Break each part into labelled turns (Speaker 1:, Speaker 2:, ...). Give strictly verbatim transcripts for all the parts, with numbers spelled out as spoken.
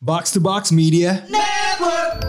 Speaker 1: Box to Box Media Network.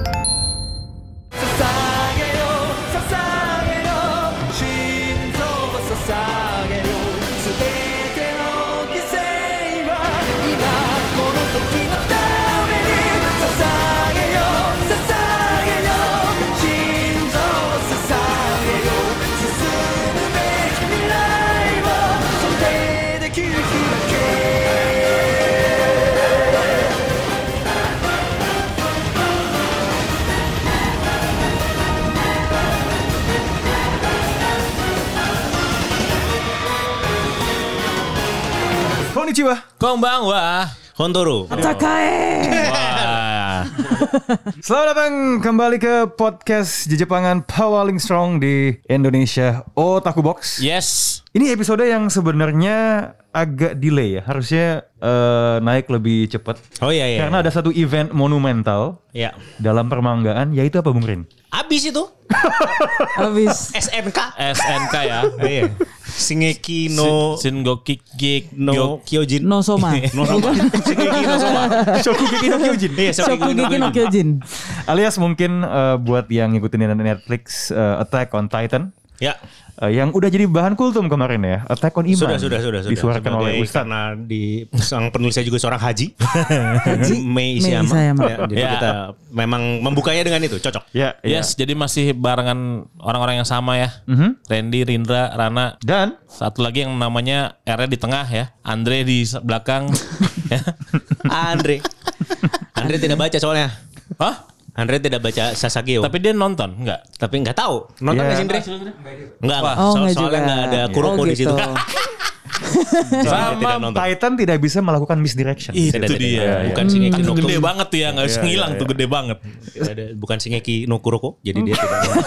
Speaker 2: Konnichiwa.
Speaker 3: Konbanwa.
Speaker 2: Hontoru.
Speaker 4: Atakae.
Speaker 3: Wah.
Speaker 2: Selamat datang kembali ke podcast Jejepangan paling strong di Indonesia, Otaku Box.
Speaker 3: Yes.
Speaker 2: Ini episode yang sebenarnya agak delay ya. Harusnya uh, naik lebih cepat.
Speaker 3: Oh iya iya.
Speaker 2: Karena ada satu event monumental
Speaker 3: ya.
Speaker 2: dalam permanggaan, yaitu apa Bung Rin?
Speaker 3: Abis itu.
Speaker 4: Habis.
Speaker 3: S N K.
Speaker 5: S N K ya.
Speaker 3: Iya. Shingeki no
Speaker 5: Shingoki Gek
Speaker 3: no Kyojin.
Speaker 4: No Soma.
Speaker 3: No Soma. Shingeki no Soma.
Speaker 2: Shokugeki no Kyojin.
Speaker 3: Iya,
Speaker 4: Shokugeki no Kyojin.
Speaker 2: Alias mungkin uh, buat yang ngikutin di Netflix, uh, Attack on Titan.
Speaker 3: Ya.
Speaker 2: Uh, yang udah jadi bahan kultum kemarin ya, Attack on Iman.
Speaker 3: Sudah sudah sudah sudah.
Speaker 2: Disuarakan oleh Ustaz.
Speaker 3: Karena di sang penulisnya juga seorang Haji.
Speaker 4: Haji
Speaker 3: Mei
Speaker 4: Mei
Speaker 3: Isayama.
Speaker 4: Isayama.
Speaker 3: Ya, jadi
Speaker 5: Ya.
Speaker 3: kita memang membukanya dengan itu cocok.
Speaker 2: Ya, ya.
Speaker 5: Yes, jadi masih barengan orang-orang yang sama ya.
Speaker 2: Mhm.
Speaker 5: Randy, Rindra, Rana.
Speaker 2: Dan
Speaker 5: Satu lagi yang namanya R di tengah ya. Andre di belakang. Ya.
Speaker 3: Andre. Andre tidak baca soalnya.
Speaker 5: Hah?
Speaker 3: Andre tidak baca Sasageo.
Speaker 5: Tapi dia nonton? Enggak.
Speaker 3: Tapi nggak tahu. Nonton
Speaker 2: Ya.
Speaker 3: nggak sih Andre? Enggak.
Speaker 5: Wah.
Speaker 4: Oh,
Speaker 3: So-
Speaker 4: enggak
Speaker 3: soalnya
Speaker 4: juga.
Speaker 3: nggak ada Kuroko
Speaker 4: Oh,
Speaker 3: di situ.
Speaker 4: gitu.
Speaker 3: Soalnya tidak
Speaker 2: sama
Speaker 3: nonton.
Speaker 2: Titan tidak bisa melakukan misdirection.
Speaker 5: Itu
Speaker 3: Tidak, tidak,
Speaker 5: dia.
Speaker 3: tidak. Bukan Shingeki no
Speaker 5: Gede
Speaker 3: Kyojin.
Speaker 5: banget tuh ya. Nggak bisa
Speaker 2: Iya,
Speaker 5: ngilang
Speaker 2: iya,
Speaker 5: tuh
Speaker 2: iya.
Speaker 5: gede banget.
Speaker 3: Tidak ada- Bukan Shingeki no Kuroko. Jadi dia tidak nonton.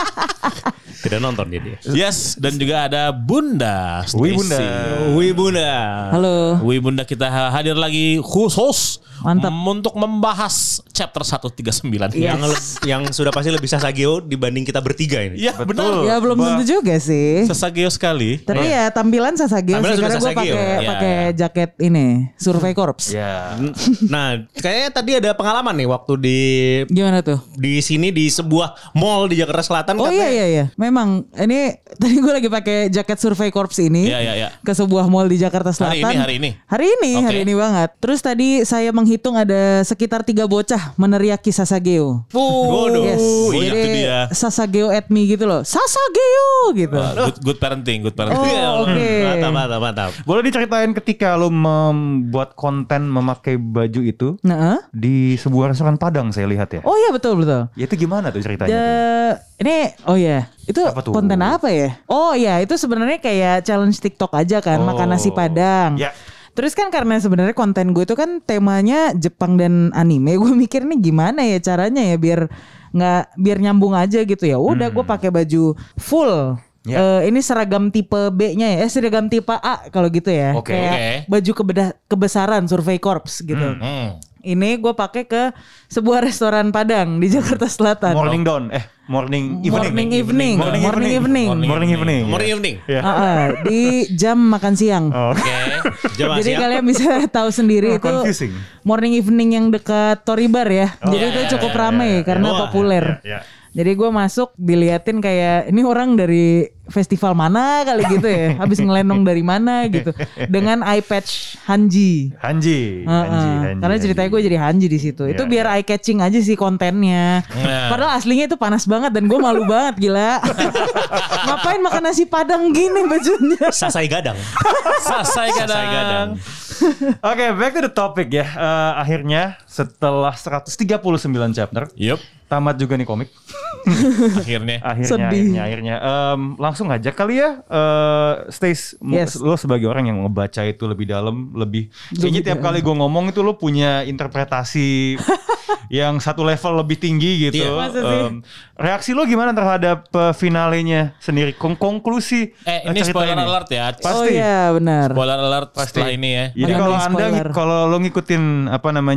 Speaker 3: Tidak nonton jadi.
Speaker 5: Yes. Dan juga ada Bunda.
Speaker 2: Wih, Bunda.
Speaker 5: Stacy.
Speaker 3: Wih Bunda.
Speaker 4: Halo.
Speaker 5: Wih Bunda, kita hadir lagi khusus
Speaker 4: Mantap.
Speaker 5: m- untuk membahas chapter seratus tiga puluh sembilan.
Speaker 4: Iya.
Speaker 3: Yang le- yang sudah pasti lebih Sasageo dibanding kita bertiga ini.
Speaker 5: Iya
Speaker 2: Betul.
Speaker 5: benar.
Speaker 4: Ya belum tentu juga sih.
Speaker 5: Sasageo sekali.
Speaker 4: Tapi ya tampilan Sasageo
Speaker 3: Tampilan
Speaker 4: sih,
Speaker 3: sudah
Speaker 4: karena gue
Speaker 3: Sasageo.
Speaker 4: pakai
Speaker 5: Ya,
Speaker 4: pakai
Speaker 5: ya.
Speaker 4: jaket ini Survey Corps.
Speaker 2: Ya.
Speaker 3: Nah, kayaknya tadi ada pengalaman nih waktu di
Speaker 4: Gimana tuh?
Speaker 3: di sini di sebuah mall di Jakarta Selatan.
Speaker 4: Oh
Speaker 3: katanya-
Speaker 4: iya iya iya. Memang ini tadi gue lagi pakai jaket Survey Corps ini
Speaker 5: Iya, iya, iya.
Speaker 4: ke sebuah mall di Jakarta
Speaker 5: Hari
Speaker 4: Selatan.
Speaker 5: ini, hari ini?
Speaker 4: Hari ini,
Speaker 5: Oke.
Speaker 4: hari ini banget. Terus tadi saya menghitung ada sekitar tiga bocah meneriaki Sasageo.
Speaker 5: Waduh.
Speaker 4: Yes.
Speaker 5: Oh,
Speaker 4: Jadi
Speaker 5: itu dia.
Speaker 4: Sasageo at me gitu loh. Sasageo gitu.
Speaker 5: Wah, good, good parenting, good parenting.
Speaker 4: Oh,
Speaker 3: Iya,
Speaker 4: oke.
Speaker 3: Mantap, mantap, mantap.
Speaker 2: Boleh diceritain ketika lo membuat konten memakai baju itu
Speaker 4: Nah,
Speaker 2: di sebuah restoran Padang saya lihat ya.
Speaker 4: oh iya betul betul.
Speaker 2: Ya itu gimana tuh ceritanya? tuh?
Speaker 4: Ya, ini oh ya itu
Speaker 2: Apa tuh?
Speaker 4: konten apa ya? Oh ya itu sebenarnya kayak challenge TikTok aja kan,
Speaker 2: Oh.
Speaker 4: makan nasi Padang.
Speaker 2: Ya.
Speaker 4: Terus kan karena sebenarnya konten gue itu kan temanya Jepang dan anime, gue mikir nih gimana ya caranya ya biar nggak biar nyambung aja gitu ya. Udah gue pakai baju full.
Speaker 2: Ya.
Speaker 4: Eh, ini seragam tipe B-nya ya, eh seragam tipe A kalau gitu ya.
Speaker 2: Oke.
Speaker 4: Kayak
Speaker 5: Oke.
Speaker 4: baju kebeda- kebesaran Survey Corps gitu.
Speaker 5: Hmm.
Speaker 4: Ini gue pakai ke sebuah restoran Padang di Jakarta Selatan.
Speaker 2: Morning dawn, eh morning evening.
Speaker 4: Morning evening.
Speaker 2: Morning
Speaker 4: Morning
Speaker 2: evening.
Speaker 4: evening.
Speaker 2: Morning evening.
Speaker 3: Morning evening.
Speaker 2: Ya.
Speaker 4: Ah, ah, di jam makan siang.
Speaker 5: Oke.
Speaker 3: Jam
Speaker 4: Jadi
Speaker 3: siang.
Speaker 4: kalian bisa tahu sendiri
Speaker 2: Oh,
Speaker 4: itu
Speaker 2: confusing.
Speaker 4: morning evening yang dekat Toribar ya. Jadi
Speaker 5: ya,
Speaker 4: itu
Speaker 5: ya,
Speaker 4: cukup
Speaker 5: ya,
Speaker 4: ramai
Speaker 2: ya, ya.
Speaker 4: karena
Speaker 3: Wah,
Speaker 4: populer.
Speaker 2: Ya, ya.
Speaker 4: Jadi gue masuk diliatin kayak ini orang dari festival mana kali gitu ya. Habis ngelenong dari mana gitu. Dengan eye patch Hanji.
Speaker 2: Hanji.
Speaker 4: Heeh.
Speaker 2: Hanji, Hanji,
Speaker 4: Karena ceritanya gue jadi Hanji di situ. Itu
Speaker 2: Ya,
Speaker 4: biar eye catching aja sih kontennya.
Speaker 5: Nah.
Speaker 4: Padahal aslinya itu panas banget dan gue malu banget gila. Ngapain makan nasi Padang gini bajunya?
Speaker 3: Sasai gadang.
Speaker 5: Sasai kadang.
Speaker 3: Sasai gadang.
Speaker 2: Oke, back to the topic ya. Eh, akhirnya setelah seratus tiga puluh sembilan chapter,
Speaker 5: Yup.
Speaker 2: tamat juga nih komik.
Speaker 5: Akhirnya.
Speaker 2: Akhirnya,
Speaker 4: Sedih.
Speaker 2: akhirnya, akhirnya. Em, langsung aja kali ya, eh Stace, mu-
Speaker 4: Yes.
Speaker 2: lo sebagai orang yang ngebaca itu lebih dalam, lebih. Kayaknya tiap kali gue ngomong itu lo punya interpretasi yang satu level lebih tinggi gitu.
Speaker 3: Iya.
Speaker 4: Masa sih?
Speaker 2: Em, reaksi lo gimana terhadap uh, finalenya sendiri? Kon- konklusi
Speaker 5: Eh
Speaker 2: uh,
Speaker 5: ini
Speaker 2: cerita
Speaker 5: spoiler
Speaker 2: ini.
Speaker 5: alert ya.
Speaker 2: Pasti.
Speaker 4: Oh iya benar.
Speaker 5: Spoiler alert
Speaker 2: Pasti.
Speaker 5: setelah ini ya.
Speaker 2: Jadi
Speaker 4: Jangan
Speaker 2: kalau
Speaker 4: di
Speaker 2: anda
Speaker 4: spoiler.
Speaker 2: kalau lo ngikutin apa namanya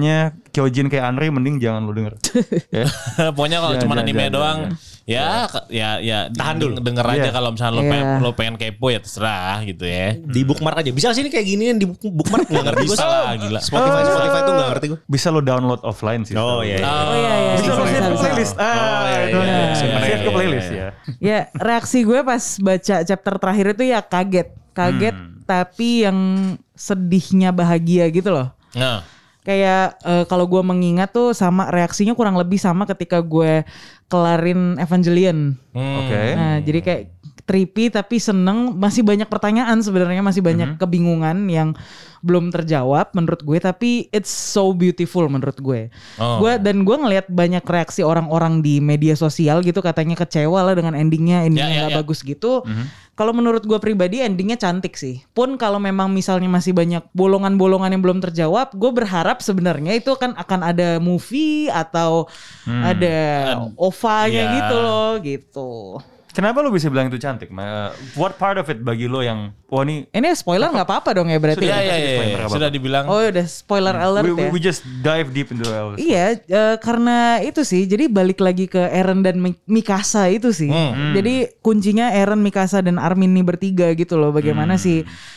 Speaker 2: Kyojin kayak Andre mending jangan lu denger. Ya.
Speaker 5: Pokoknya kalau
Speaker 2: Jangan,
Speaker 5: cuma
Speaker 2: jangan,
Speaker 5: anime
Speaker 2: jangan,
Speaker 5: doang,
Speaker 2: jangan.
Speaker 5: ya ya ya
Speaker 3: Tahan dulu.
Speaker 5: Denger aja
Speaker 2: Iya.
Speaker 5: kalau misalnya lo
Speaker 4: Iya.
Speaker 5: pengen lo pengen kepo ya terserah gitu ya.
Speaker 3: Di bookmark aja. Bisa sih ini kayak ginian di book- bookmark nggak ngerti gue.
Speaker 5: Bisa lah gila.
Speaker 3: Spotify Spotify tuh nggak ngerti gue.
Speaker 2: Bisa lo download offline sih.
Speaker 3: Oh iya. iya.
Speaker 4: Oh iya iya.
Speaker 2: Bisa lo
Speaker 4: bisa,
Speaker 2: save ke
Speaker 4: bisa.
Speaker 2: playlist. Ah,
Speaker 3: Oh, iya,
Speaker 2: itu.
Speaker 3: iya,
Speaker 4: iya.
Speaker 2: Save
Speaker 5: Iya,
Speaker 2: ke
Speaker 5: iya,
Speaker 2: playlist
Speaker 5: iya.
Speaker 2: ya.
Speaker 4: Ya reaksi gue pas baca chapter terakhir itu ya kaget. Kaget
Speaker 2: Hmm.
Speaker 4: tapi yang sedihnya bahagia gitu loh.
Speaker 5: Nah,
Speaker 4: Kayak eh, kalau gue mengingat tuh sama reaksinya kurang lebih sama ketika gue kelarin Evangelion.
Speaker 5: hmm.
Speaker 2: Oke.
Speaker 4: Nah jadi kayak trippy tapi seneng, masih banyak pertanyaan sebenarnya, masih banyak
Speaker 2: Mm-hmm.
Speaker 4: kebingungan yang belum terjawab menurut gue, tapi it's so beautiful menurut gue.
Speaker 5: Oh.
Speaker 4: Gue dan gue ngelihat banyak reaksi orang-orang di media sosial gitu, katanya kecewa lah dengan endingnya, endingnya
Speaker 5: Ya, ya,
Speaker 4: nggak
Speaker 5: ya.
Speaker 4: bagus gitu.
Speaker 2: Mm-hmm.
Speaker 4: Kalau menurut gue pribadi endingnya cantik sih. Pun kalau memang misalnya masih banyak bolongan-bolongan yang belum terjawab, gue berharap sebenarnya itu kan akan ada movie atau ada O V A-nya
Speaker 5: ya.
Speaker 4: gitu loh, gitu.
Speaker 2: Kenapa lo bisa bilang itu cantik? Ma- What part of it bagi lo yang wah ini
Speaker 4: Ini spoiler nggak apa-apa dong ya berarti?
Speaker 5: Iya
Speaker 4: ya?
Speaker 5: iya iya.
Speaker 2: disclaimer apa-apa.
Speaker 5: Sudah dibilang.
Speaker 4: Oh udah spoiler alert
Speaker 2: we, we,
Speaker 4: ya.
Speaker 2: we just dive deep into it.
Speaker 4: Iya, eh, karena itu sih. Jadi balik lagi ke Eren dan Mi- Mikasa itu sih.
Speaker 5: Hmm.
Speaker 4: Jadi kuncinya Eren, Mikasa dan Armin nih bertiga gitu loh. Bagaimana
Speaker 2: Hmm.
Speaker 4: sih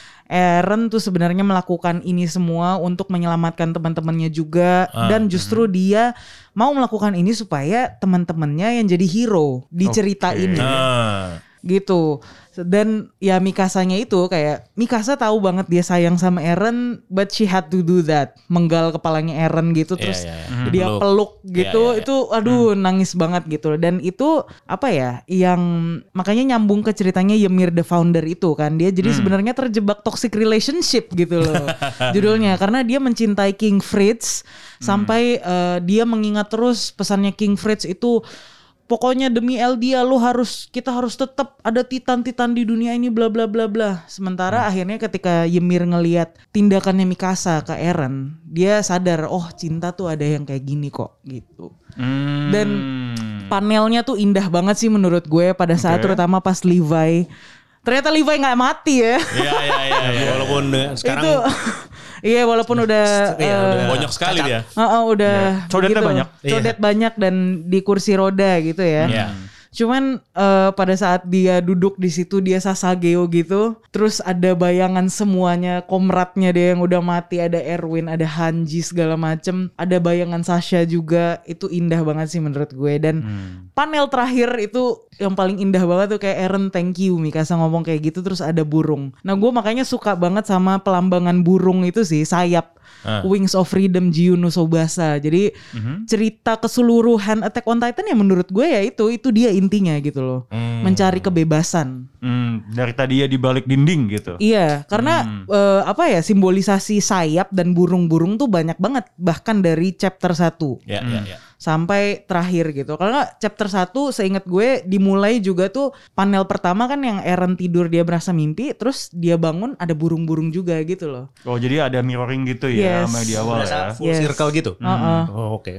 Speaker 4: Eren tuh sebenarnya melakukan ini semua untuk menyelamatkan teman-temannya juga,
Speaker 5: Ah.
Speaker 4: dan justru dia mau melakukan ini supaya teman-temannya yang jadi hero di cerita
Speaker 2: Oke.
Speaker 4: ini.
Speaker 5: Nah.
Speaker 4: Gitu. Dan ya Mikasanya itu kayak Mikasa tahu banget dia sayang sama Eren, but she had to do that, menggal kepalanya Eren gitu,
Speaker 5: Iya,
Speaker 4: terus
Speaker 5: iya, iya.
Speaker 4: dia
Speaker 5: Peluk.
Speaker 4: peluk gitu.
Speaker 5: Iya, iya, iya.
Speaker 4: Itu aduh nangis banget gitu. Dan itu apa ya yang makanya nyambung ke ceritanya Ymir the Founder itu kan, dia jadi sebenarnya terjebak toxic relationship gitu loh judulnya, karena dia mencintai King Fritz sampai eh, dia mengingat terus pesannya King Fritz itu, pokoknya demi Eldia lu harus, kita harus tetap ada titan-titan di dunia ini bla bla bla bla. Sementara akhirnya ketika Ymir ngelihat tindakannya Mikasa ke Eren, dia sadar oh cinta tuh ada yang kayak gini kok gitu.
Speaker 2: Hmm.
Speaker 4: Dan panelnya tuh indah banget sih menurut gue pada saat
Speaker 2: Oke.
Speaker 4: terutama pas Levi. Ternyata Levi nggak mati ya.
Speaker 5: Iya iya iya. iya.
Speaker 3: Walaupun eh, sekarang
Speaker 4: Itu iya walaupun udah
Speaker 3: Iya,
Speaker 4: eh,
Speaker 3: udah
Speaker 5: Banyak sekali dia.
Speaker 4: Heeh, udah
Speaker 2: Iya. Codetnya
Speaker 4: begitu.
Speaker 2: banyak.
Speaker 4: Codet banyak dan di kursi roda gitu ya.
Speaker 5: Iya.
Speaker 4: Cuman eh, pada saat dia duduk di situ dia Sasageo gitu, terus ada bayangan semuanya komratnya dia yang udah mati, ada Erwin, ada Hanji segala macem, ada bayangan Sasha juga. Itu indah banget sih menurut gue. Dan panel terakhir itu yang paling indah banget tuh kayak Eren thank you, Mikasa ngomong kayak gitu, terus ada burung. Nah gue makanya suka banget sama pelambangan burung itu sih, sayap.
Speaker 5: Ah.
Speaker 4: Wings of Freedom Jiu no Sobasa. Jadi cerita keseluruhan Attack on Titan ya menurut gue ya itu itu dia intinya gitu loh.
Speaker 5: Hmm.
Speaker 4: Mencari kebebasan.
Speaker 2: Hmm, dari tadi ya di balik dinding gitu.
Speaker 4: Iya, karena eh, apa ya, simbolisasi sayap dan burung-burung tuh banyak banget, bahkan dari chapter satu
Speaker 5: Iya iya iya.
Speaker 4: sampai terakhir gitu. Karena chapter satu seingat gue dimulai juga tuh panel pertama kan yang Eren tidur dia merasa mimpi, terus dia bangun ada burung-burung juga gitu loh.
Speaker 2: Oh jadi ada mirroring gitu ya
Speaker 4: Yes.
Speaker 2: sama di awal
Speaker 3: berasa
Speaker 2: ya.
Speaker 3: full
Speaker 4: Yes.
Speaker 3: circle gitu.
Speaker 4: Heeh.
Speaker 3: Oh, oke.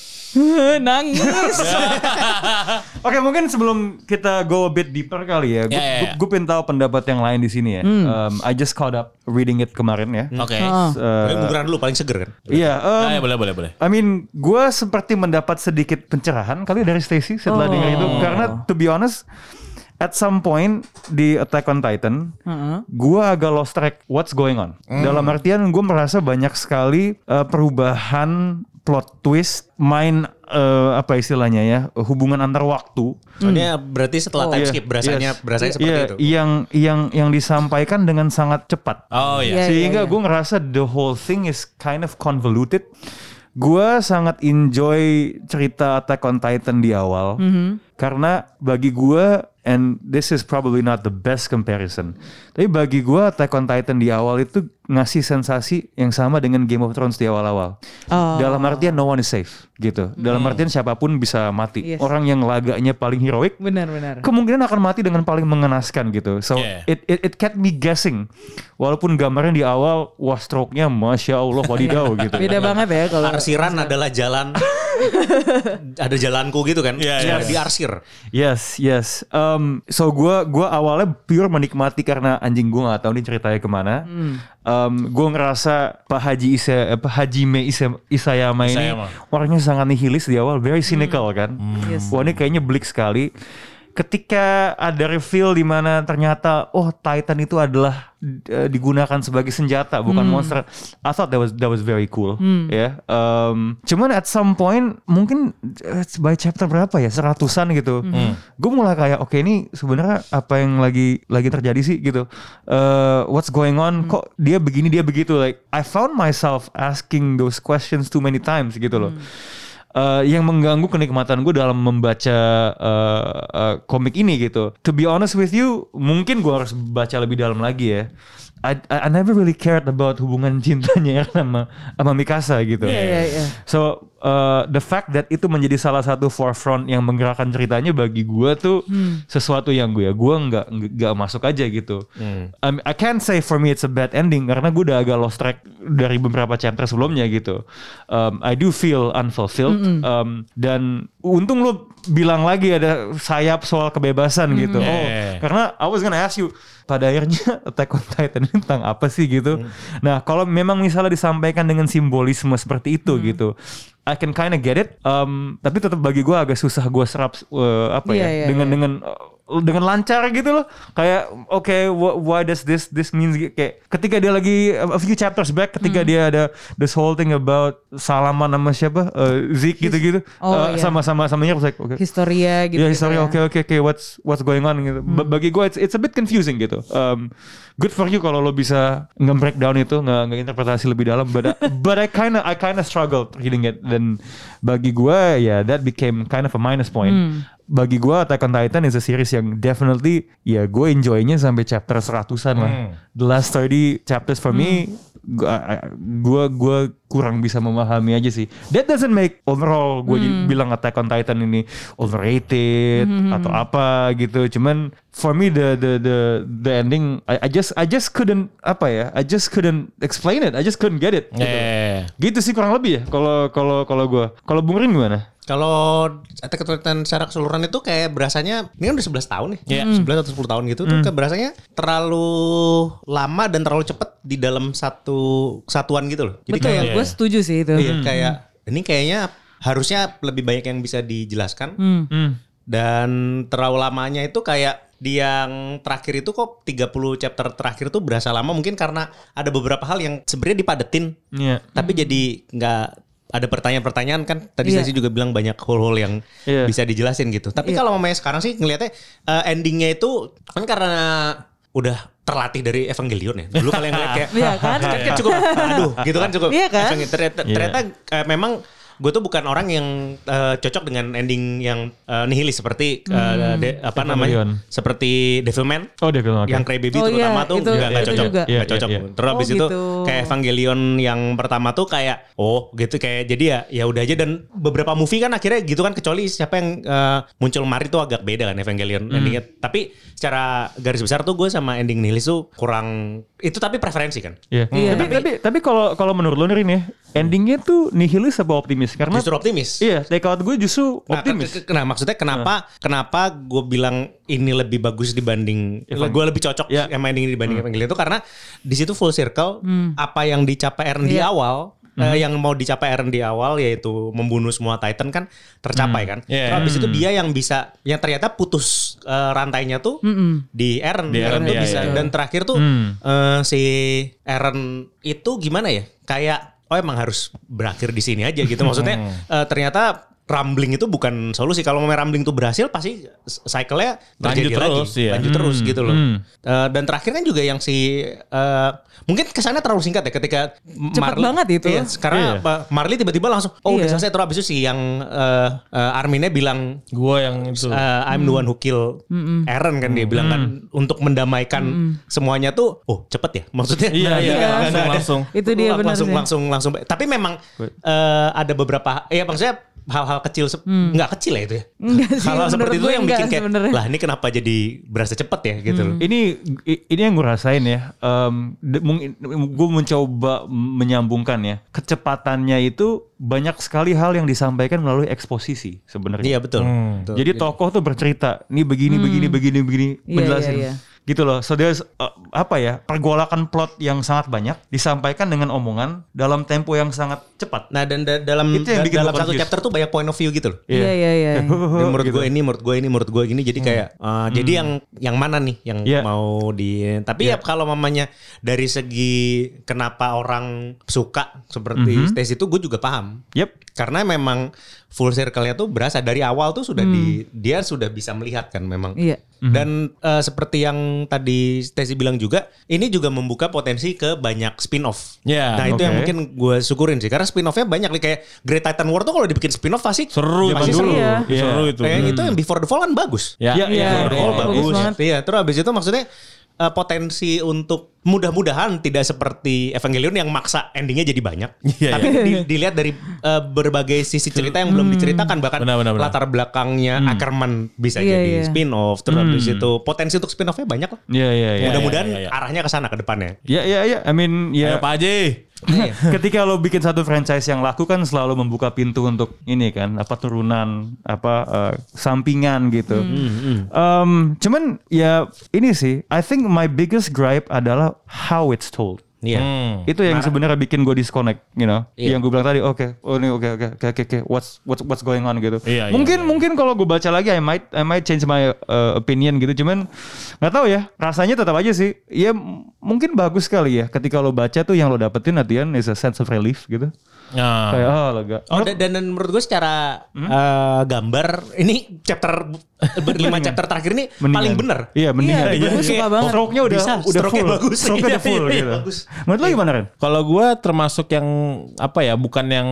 Speaker 4: Nangis.
Speaker 2: Oke mungkin sebelum kita go a bit deeper kali ya, gue
Speaker 5: Ya, ya, ya.
Speaker 2: pengen tahu pendapat yang lain di sini ya. Um, I just caught up reading it kemarin ya.
Speaker 5: Oke.
Speaker 4: Heeh.
Speaker 2: Uh,
Speaker 3: Tapi bukuran dulu paling seger kan.
Speaker 2: Iya, um,
Speaker 5: Ah, ya, boleh boleh boleh.
Speaker 2: I mean, gue seperti mendapat sedikit pencerahan kali dari Stacy setelah
Speaker 4: Oh.
Speaker 2: dengar itu, karena to be honest, at some point di Attack on Titan,
Speaker 4: Heeh.
Speaker 2: gue agak lost track what's going on. Dalam artian gue merasa banyak sekali uh, perubahan plot twist, main uh, apa istilahnya ya, hubungan antar waktu.
Speaker 3: Soalnya berarti setelah time
Speaker 2: Iya,
Speaker 3: skip berasanya
Speaker 2: yes.
Speaker 3: berasanya seperti
Speaker 2: Iya,
Speaker 3: itu.
Speaker 2: Yang yang yang disampaikan dengan sangat cepat.
Speaker 5: Oh iya.
Speaker 4: Iya,
Speaker 2: Sehingga
Speaker 4: iya.
Speaker 2: gue ngerasa the whole thing is kind of convoluted. Gue sangat enjoy cerita Attack on Titan di awal. Karena bagi gue, and this is probably not the best comparison, tapi bagi gue Attack on Titan di awal itu ngasih sensasi yang sama dengan Game of Thrones di awal-awal.
Speaker 4: Oh.
Speaker 2: Dalam artian no one is safe gitu. Dalam artian siapapun bisa mati.
Speaker 4: Yes.
Speaker 2: Orang yang laganya paling heroik
Speaker 4: Benar-benar.
Speaker 2: kemungkinan akan mati dengan paling mengenaskan gitu. So
Speaker 5: Yeah.
Speaker 2: it, it it kept me guessing. Walaupun gambarnya di awal wah stroke-nya masya Allah wadidaw gitu.
Speaker 4: Beda banget ya kalau
Speaker 3: Arsiran adalah jalan ada jalanku gitu kan.
Speaker 5: Iya,
Speaker 3: Suara
Speaker 5: iya.
Speaker 3: diarsir.
Speaker 2: Yes, yes. Um, so gue gua awalnya pure menikmati karena anjing gue nggak tahu nih ceritanya kemana.
Speaker 4: Hmm.
Speaker 2: Um, gue ngerasa Pak Haji Isa, Pak Hajime Isa, Isayama ini
Speaker 5: Isayama.
Speaker 2: orangnya sangat nihilis di awal, very cynical kan.
Speaker 4: Yes.
Speaker 2: Wah ini kayaknya bleak sekali. Ketika ada reveal di mana ternyata oh Titan itu adalah uh, digunakan sebagai senjata bukan monster. I thought that was that was very cool ya. Um, cuman at some point mungkin uh, by chapter berapa ya seratusan gitu. Gue mulai kayak oke okay, ini sebenarnya apa yang lagi lagi terjadi sih gitu. Uh, what's going on? Kok dia begini dia begitu? Like I found myself asking those questions too many times gitu loh. Uh, yang mengganggu kenikmatan gue dalam membaca uh, uh, komik ini gitu. To be honest with you, mungkin gue harus baca lebih dalam lagi ya. I, I, I never really cared about hubungan cintanya Eren sama, sama Mikasa gitu.
Speaker 4: Iya, iya, iya.
Speaker 2: So uh, the fact that itu menjadi salah satu forefront yang menggerakkan ceritanya bagi gue tuh hmm. sesuatu yang gue ya gue nggak nggak masuk aja gitu. Hmm. Um, I can't say for me it's a bad ending karena gue udah agak lost track dari beberapa chapter sebelumnya gitu. Um, I do feel unfulfilled mm-hmm. um, dan untung lu bilang lagi ada sayap soal kebebasan mm-hmm. gitu. Oh,
Speaker 5: Yeah.
Speaker 2: karena I was gonna ask you pada akhirnya Attack on Titan ini tentang apa sih gitu. Hmm. Nah kalau memang misalnya disampaikan dengan simbolisme seperti itu hmm. gitu, I can kinda get it. Um, tapi tetap bagi gue agak susah gue serap uh, apa
Speaker 4: yeah,
Speaker 2: ya
Speaker 4: yeah,
Speaker 2: dengan
Speaker 4: yeah.
Speaker 2: dengan uh, dengan lancar gitu loh. Kayak oke okay, why does this this means kayak ketika dia lagi a few chapters back ketika hmm. dia ada this whole thing about salaman sama siapa uh, Zeke gitu-gitu
Speaker 4: oh,
Speaker 2: uh,
Speaker 4: yeah.
Speaker 2: sama sama sama like, okay.
Speaker 4: Historia gitu.
Speaker 2: Ya historia
Speaker 4: ya.
Speaker 2: oke oke oke what's what's going on gitu. Hmm. Bagi gue it's, it's a bit confusing gitu. Um, good for you kalau lo bisa nge-breakdown itu, nge nge-interpretasi lebih dalam. But I, but I kinda I kinda struggled reading it dan bagi gue ya yeah, that became kind of a minus point. Hmm. Bagi gue Attack on Titan is a series yang definitely ya gue enjoynya sampai chapter seratusan lah. Hmm. The last thirty chapters for hmm. me gue gue kurang bisa memahami aja sih. That doesn't make overall gue hmm. bilang Attack on Titan ini overrated hmm. atau apa gitu. Cuman for me the the the the ending I, I just I just couldn't apa ya? I just couldn't explain it. I just couldn't get it. Gitu,
Speaker 5: Yeah.
Speaker 2: gitu sih kurang lebih ya. Kalau kalau kalau gue. Kalau Bung Rin gimana?
Speaker 3: Kalau Attack on Titan secara keseluruhan itu kayak berasanya ini kan udah sebelas tahun nih.
Speaker 5: Yeah.
Speaker 3: sebelas atau sepuluh tahun gitu tuh kayak berasanya terlalu lama dan terlalu cepet di dalam satu kesatuan gitu loh. Jadi
Speaker 4: Betul,
Speaker 3: kayak
Speaker 4: gue setuju sih itu.
Speaker 3: iya, kayak ini kayaknya harusnya lebih banyak yang bisa dijelaskan.
Speaker 4: Hmm.
Speaker 2: Hmm.
Speaker 3: Dan terlalu lamanya itu kayak di yang terakhir itu kok tiga puluh chapter terakhir tuh berasa lama mungkin karena ada beberapa hal yang sebenarnya dipadetin.
Speaker 2: Iya.
Speaker 3: Tapi jadi nggak ada pertanyaan-pertanyaan kan tadi
Speaker 4: Iya.
Speaker 3: saya juga bilang banyak hole-hole yang
Speaker 2: Iya.
Speaker 3: bisa dijelasin gitu. Tapi
Speaker 4: Iya.
Speaker 3: kalau mamanya sekarang sih ngelihatnya uh, endingnya itu kan karena udah terlatih dari Evangelion ya. Dulu kalian ngeliat kayak
Speaker 4: Iya kan?
Speaker 3: kan, kan cukup aduh gitu kan cukup.
Speaker 4: Iya kan?
Speaker 3: Evangelion. Ternyata,
Speaker 2: Iya.
Speaker 3: ternyata uh, memang gue tuh bukan orang yang uh, cocok dengan ending yang uh, nihilis seperti uh, de, apa namanya
Speaker 2: Evangelion.
Speaker 3: seperti Devilman.
Speaker 2: Oh dia bilang
Speaker 3: Yang Crybaby
Speaker 4: Oh,
Speaker 3: terutama
Speaker 4: iya,
Speaker 3: tuh
Speaker 4: itu-
Speaker 3: nggak nggak
Speaker 4: itu
Speaker 3: cocok,
Speaker 4: juga.
Speaker 3: nggak
Speaker 2: Iya,
Speaker 3: cocok.
Speaker 2: iya, iya.
Speaker 3: Terus
Speaker 4: Oh,
Speaker 3: abis itu
Speaker 4: gitu.
Speaker 3: kayak Evangelion yang pertama tuh kayak oh gitu kayak jadi ya ya udah aja dan beberapa movie kan akhirnya gitu kan kecuali siapa yang uh, muncul Mari tuh agak beda kan Evangelion
Speaker 2: Hmm.
Speaker 3: endingnya. Tapi secara garis besar tuh gue sama ending nihilis tuh kurang itu tapi preferensi kan.
Speaker 2: Iya.
Speaker 4: Iya.
Speaker 2: Tapi tapi tapi kalau kalau menurut lo nih Rin ya, endingnya tuh nihilis apa optimis? Karena
Speaker 3: Justru optimis.
Speaker 2: iya, take out gue justru
Speaker 3: Nah,
Speaker 2: optimis.
Speaker 3: ke- ke- nah maksudnya kenapa kenapa gue bilang ini lebih bagus dibanding
Speaker 2: Evang-
Speaker 3: gue lebih cocok
Speaker 2: Ya.
Speaker 3: sama ending ini dibanding Evangelion itu karena di situ full circle apa yang dicapai Eren di
Speaker 4: Iya.
Speaker 3: awal eh, yang mau dicapai Eren di awal yaitu membunuh semua Titan kan tercapai kan.
Speaker 5: Iya.
Speaker 3: Terus habis itu dia yang bisa yang ternyata putus eh, rantainya tuh di Eren.
Speaker 5: Di
Speaker 3: Eren
Speaker 5: Eren,
Speaker 3: tuh
Speaker 5: iya,
Speaker 3: bisa
Speaker 5: iya.
Speaker 3: dan terakhir tuh
Speaker 2: Hmm.
Speaker 3: eh, si Eren itu gimana ya? Kayak oh emang harus berakhir di sini aja gitu. Maksudnya eh, ternyata rumbling itu bukan solusi. Kalau mau rumbling itu berhasil pasti cycle-nya terjadi
Speaker 5: Lanjut
Speaker 3: lagi.
Speaker 5: terus, iya.
Speaker 3: Lanjut terus
Speaker 2: Hmm,
Speaker 3: gitu loh.
Speaker 2: hmm.
Speaker 3: Eh, dan terakhir kan juga yang si eh, mungkin kesannya terlalu singkat ya ketika
Speaker 4: Cepet banget itu.
Speaker 3: Iya, karena
Speaker 2: Iya.
Speaker 3: apa, Marley tiba-tiba langsung oh udah
Speaker 4: Iya.
Speaker 3: selesai terus habis itu si yang eh, eh, Arminnya bilang
Speaker 5: Gue yang itu.
Speaker 3: Uh, I'm the one who kill Eren kan dia bilang kan untuk mendamaikan semuanya tuh oh cepet ya maksudnya
Speaker 5: Iya, iya,
Speaker 3: Nggak-
Speaker 5: langsung,
Speaker 3: nggak-
Speaker 5: langsung.
Speaker 4: Itu dia
Speaker 3: lang-
Speaker 4: benar
Speaker 3: langsung
Speaker 4: sih.
Speaker 3: langsung langsung tapi memang uh, ada beberapa ya maksudnya hal-hal kecil se- nggak kecil ya itu ya.
Speaker 4: Enggak sih,
Speaker 3: Hal-hal
Speaker 4: menurut
Speaker 3: seperti itu
Speaker 4: gue
Speaker 3: yang
Speaker 4: enggak
Speaker 3: bikin kayak
Speaker 4: sebenarnya.
Speaker 3: lah ini kenapa jadi berasa cepet ya gitu loh.
Speaker 2: Ini ini yang gue rasain ya. Um, mungkin gue mencoba menyambungkan ya. Kecepatannya itu banyak sekali hal yang disampaikan melalui eksposisi sebenarnya.
Speaker 3: Iya betul. Betul.
Speaker 2: Jadi tokoh tuh bercerita, nih begini, begini, begini, begini,
Speaker 4: Iya,
Speaker 2: menjelasin.
Speaker 4: iya, iya.
Speaker 2: Gitu loh. So there's uh, apa ya, pergolakan plot yang sangat banyak disampaikan dengan omongan dalam tempo yang sangat cepat.
Speaker 3: Nah dan da- dalam
Speaker 2: Itu yang
Speaker 3: da-
Speaker 2: bikin
Speaker 3: dalam
Speaker 2: gue
Speaker 3: satu
Speaker 2: confused.
Speaker 3: chapter tuh banyak point of view gitu loh.
Speaker 4: Iya iya iya.
Speaker 3: Dan menurut
Speaker 2: Gitu.
Speaker 3: gue ini, menurut gue ini, menurut gue gini. Jadi kayak, uh, jadi yang yang mana nih yang
Speaker 2: Yeah.
Speaker 3: mau di? Tapi ya kalau mamanya dari segi kenapa orang suka seperti Stacy itu, gue juga paham.
Speaker 2: Yep.
Speaker 3: Karena memang full circle-nya tuh berasa dari awal tuh sudah di dia sudah bisa melihat kan memang.
Speaker 4: Iya.
Speaker 3: Dan uh, seperti yang tadi Stacy bilang juga, ini juga membuka potensi ke banyak spin-off.
Speaker 5: Ya,
Speaker 3: nah itu yang
Speaker 2: oke.
Speaker 3: mungkin gue syukurin sih, karena spin-offnya banyak nih, kayak Great Titan War tuh kalau dibikin spin-off pasti
Speaker 5: Seru
Speaker 3: pasti
Speaker 5: itu
Speaker 3: seru.
Speaker 5: dulu.
Speaker 4: Iya.
Speaker 5: Iya. Seru itu.
Speaker 3: Kayak itu yang Before the Fall kan bagus.
Speaker 5: Ya,
Speaker 2: Iya,
Speaker 5: iya,
Speaker 2: iya.
Speaker 3: Before the Fall
Speaker 4: iya,
Speaker 3: bagus.
Speaker 4: bagus banget.
Speaker 3: Iya, terus abis itu maksudnya uh, potensi untuk mudah-mudahan tidak seperti Evangelion yang maksa endingnya jadi banyak.
Speaker 5: Iya,
Speaker 3: Tapi di- dilihat dari uh, berbagai sisi cerita yang belum diceritakan, bahkan
Speaker 5: Benar, benar, benar.
Speaker 3: latar belakangnya Ackerman bisa
Speaker 4: Iya,
Speaker 3: jadi
Speaker 4: iya.
Speaker 3: spin-off. Terus habis itu potensi untuk spin-offnya banyak lah.
Speaker 2: Iya, iya, iya.
Speaker 3: Mudah-mudahan
Speaker 5: iya, iya.
Speaker 3: arahnya ke sana ke depannya.
Speaker 2: Ya, ya, ya. I mean, ya.
Speaker 5: Ayo Pak Haji.
Speaker 2: Ketika lo bikin satu franchise yang laku kan selalu membuka pintu untuk ini kan, apa turunan, apa uh, sampingan gitu. Um, cuman ya ini sih, I think my biggest gripe adalah how it's told.
Speaker 3: Iya.
Speaker 5: Hmm.
Speaker 2: Itu yang sebenarnya bikin gue disconnect, you know.
Speaker 3: Iya.
Speaker 2: Yang gue bilang tadi, oke, oh ini oke oke oke oke oke, what's what's what's going on gitu.
Speaker 5: Iya, iya,
Speaker 2: mungkin
Speaker 5: iya.
Speaker 2: mungkin kalau gue baca lagi, I might I might change my uh, opinion gitu. Cuman nggak tahu ya, rasanya tetap aja sih. Ya m- mungkin bagus sekali ya, ketika lo baca tuh yang lo dapetin latihan is a sense of relief gitu.
Speaker 5: Nah.
Speaker 2: Kayak oh lega.
Speaker 3: Oh, dan, dan dan menurut gue secara eh, gambar ini chapter berlima chapter terakhir ini
Speaker 2: Mendingan.
Speaker 3: paling bener.
Speaker 2: Iya, mendingan.
Speaker 4: Iya, gue suka banget.
Speaker 2: Stroke-nya udah
Speaker 3: Bisa,
Speaker 2: udah
Speaker 3: stroke-nya
Speaker 2: full.
Speaker 3: bagus.
Speaker 2: Stroke-nya udah
Speaker 3: Iya,
Speaker 2: full
Speaker 3: iya,
Speaker 2: gitu.
Speaker 3: bagus.
Speaker 2: Menurut lo gimana, Ren?
Speaker 5: Kalau gue termasuk yang apa ya, bukan yang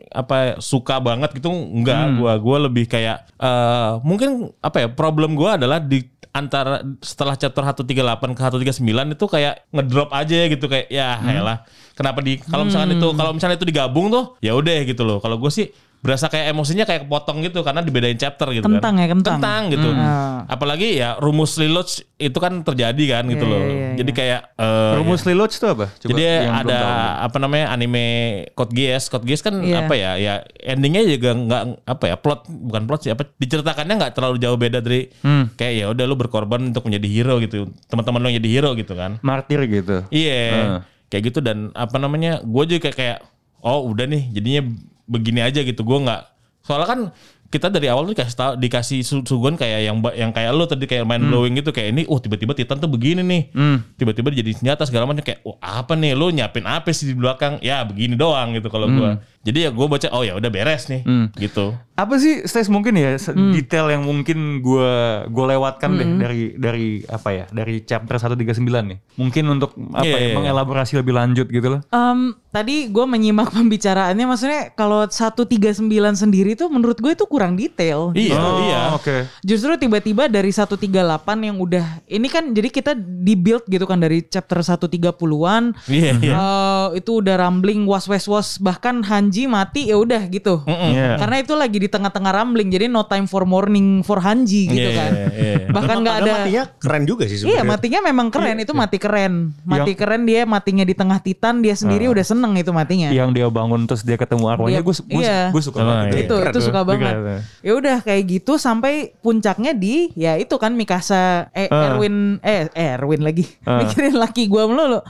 Speaker 5: apa suka banget gitu, enggak. Gue gue lebih kayak eh, mungkin apa ya, problem gue adalah di antara setelah chapter seratus tiga puluh delapan ke seratus tiga puluh sembilan itu kayak ngedrop aja gitu, kayak ya elah kenapa di kalau misalnya itu kalau misalnya itu digabung tuh ya udah gitu loh. Kalau gue sih berasa kayak emosinya kayak kepotong gitu karena dibedain chapter gitu.
Speaker 4: Kentang
Speaker 5: kan.
Speaker 4: ya, kentang.
Speaker 5: Kentang gitu.
Speaker 4: Hmm.
Speaker 5: Apalagi ya rumus Lelouch itu kan terjadi kan gitu
Speaker 4: Iya,
Speaker 5: loh.
Speaker 4: iya, iya.
Speaker 5: Jadi kayak eh,
Speaker 2: Rumus Lelouch itu apa? Coba
Speaker 5: jadi
Speaker 2: yang belum
Speaker 5: ada
Speaker 2: tahu.
Speaker 5: apa namanya anime Code Geass. Code Geass kan
Speaker 4: Iya.
Speaker 5: apa ya? Ya endingnya juga nggak apa ya, plot bukan plot sih, apa diceritakannya nggak terlalu jauh beda dari
Speaker 2: Hmm.
Speaker 5: kayak ya udah lu berkorban untuk menjadi hero gitu. Teman-teman lu yang jadi hero gitu kan.
Speaker 2: Martir gitu.
Speaker 5: Iya.
Speaker 2: Hmm.
Speaker 5: Kayak gitu, dan apa namanya? Gue juga kayak, kayak oh udah nih jadinya begini aja gitu. Gue nggak, soalnya kan kita dari awal tuh dikasih tahu, dikasih su- suguhan kayak yang ba- yang kayak lu tadi kayak mind blowing gitu, kayak ini oh tiba-tiba Titan tuh begini nih. Tiba-tiba jadi senjata segala macam, kayak oh apa nih, lu nyiapin apa sih di belakang? Ya begini doang gitu kalau gua. Jadi ya gue baca oh ya udah beres nih gitu.
Speaker 2: Apa sih, Stes, mungkin ya se- detail yang mungkin gue gue lewatkan deh dari dari apa ya, dari chapter seratus tiga puluh sembilan nih. Mungkin untuk apa
Speaker 5: Iya,
Speaker 2: ya,
Speaker 5: iya, iya.
Speaker 2: mengelaborasi lebih lanjut gitu loh.
Speaker 4: Em, tadi gue menyimak pembicaraannya, maksudnya kalau seratus tiga puluh sembilan sendiri tuh menurut gue itu kurang detail.
Speaker 5: Iya,
Speaker 2: Oh,
Speaker 5: iya.
Speaker 2: Oke.
Speaker 4: Justru tiba-tiba dari seratus tiga puluh delapan yang udah, ini kan jadi kita di-build gitu kan dari chapter seratus tiga puluhan.
Speaker 5: Iya, iya.
Speaker 4: Eh, itu udah rambling was was was, bahkan Hanji mati ya udah gitu.
Speaker 2: Iya.
Speaker 4: Karena itu lagi di tengah-tengah rambling, jadi no time for mourning for Hanji gitu
Speaker 5: Iya,
Speaker 4: kan.
Speaker 5: iya, iya.
Speaker 4: Bahkan nggak
Speaker 3: Padahal
Speaker 4: ada.
Speaker 3: matinya keren juga sih
Speaker 4: Iya,
Speaker 3: sebenarnya.
Speaker 4: matinya memang keren, itu mati keren. Mati keren, dia matinya di tengah Titan, dia sendiri udah seneng itu matinya.
Speaker 2: Yang dia bangun terus dia ketemu arwahnya,
Speaker 4: Dia-
Speaker 2: gue gue
Speaker 4: iya.
Speaker 2: gue suka
Speaker 5: Oh,
Speaker 2: banget.
Speaker 5: iya.
Speaker 4: itu
Speaker 3: Keren
Speaker 4: itu
Speaker 3: tuh.
Speaker 4: suka banget.
Speaker 2: Keren.
Speaker 4: Ya udah kayak gitu sampai puncaknya di ya itu kan Mikasa eh
Speaker 2: Ah.
Speaker 4: Erwin eh Erwin lagi. Mikirin laki gua melulu.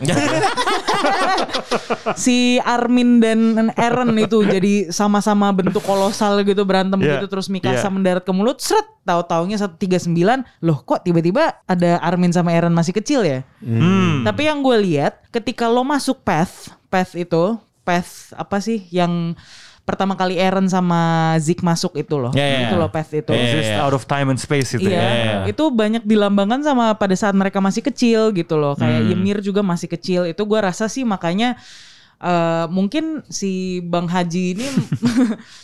Speaker 4: Si Armin dan Eren itu jadi sama-sama bentuk kolosal gitu, berantem
Speaker 2: Iya.
Speaker 4: gitu, terus Mikasa
Speaker 2: Iya.
Speaker 4: mendarat ke mulut, seret, tahu-taunya seratus tiga puluh sembilan. Loh, kok tiba-tiba ada Armin sama Eren masih kecil ya?
Speaker 2: Hmm.
Speaker 4: Tapi yang gue lihat ketika lo masuk path, path itu, path apa sih yang pertama kali Eren sama Zeke masuk itu loh.
Speaker 5: Ya, ya,
Speaker 4: Itu
Speaker 5: ya.
Speaker 4: loh path itu.
Speaker 5: Ya, ya,
Speaker 2: Exist
Speaker 5: ya.
Speaker 2: out of time and space itu
Speaker 4: Iya,
Speaker 2: ya.
Speaker 4: itu banyak dilambangkan sama pada saat mereka masih kecil gitu loh. Kayak Ymir juga masih kecil. Itu gue rasa sih makanya eh, mungkin si Bang Haji ini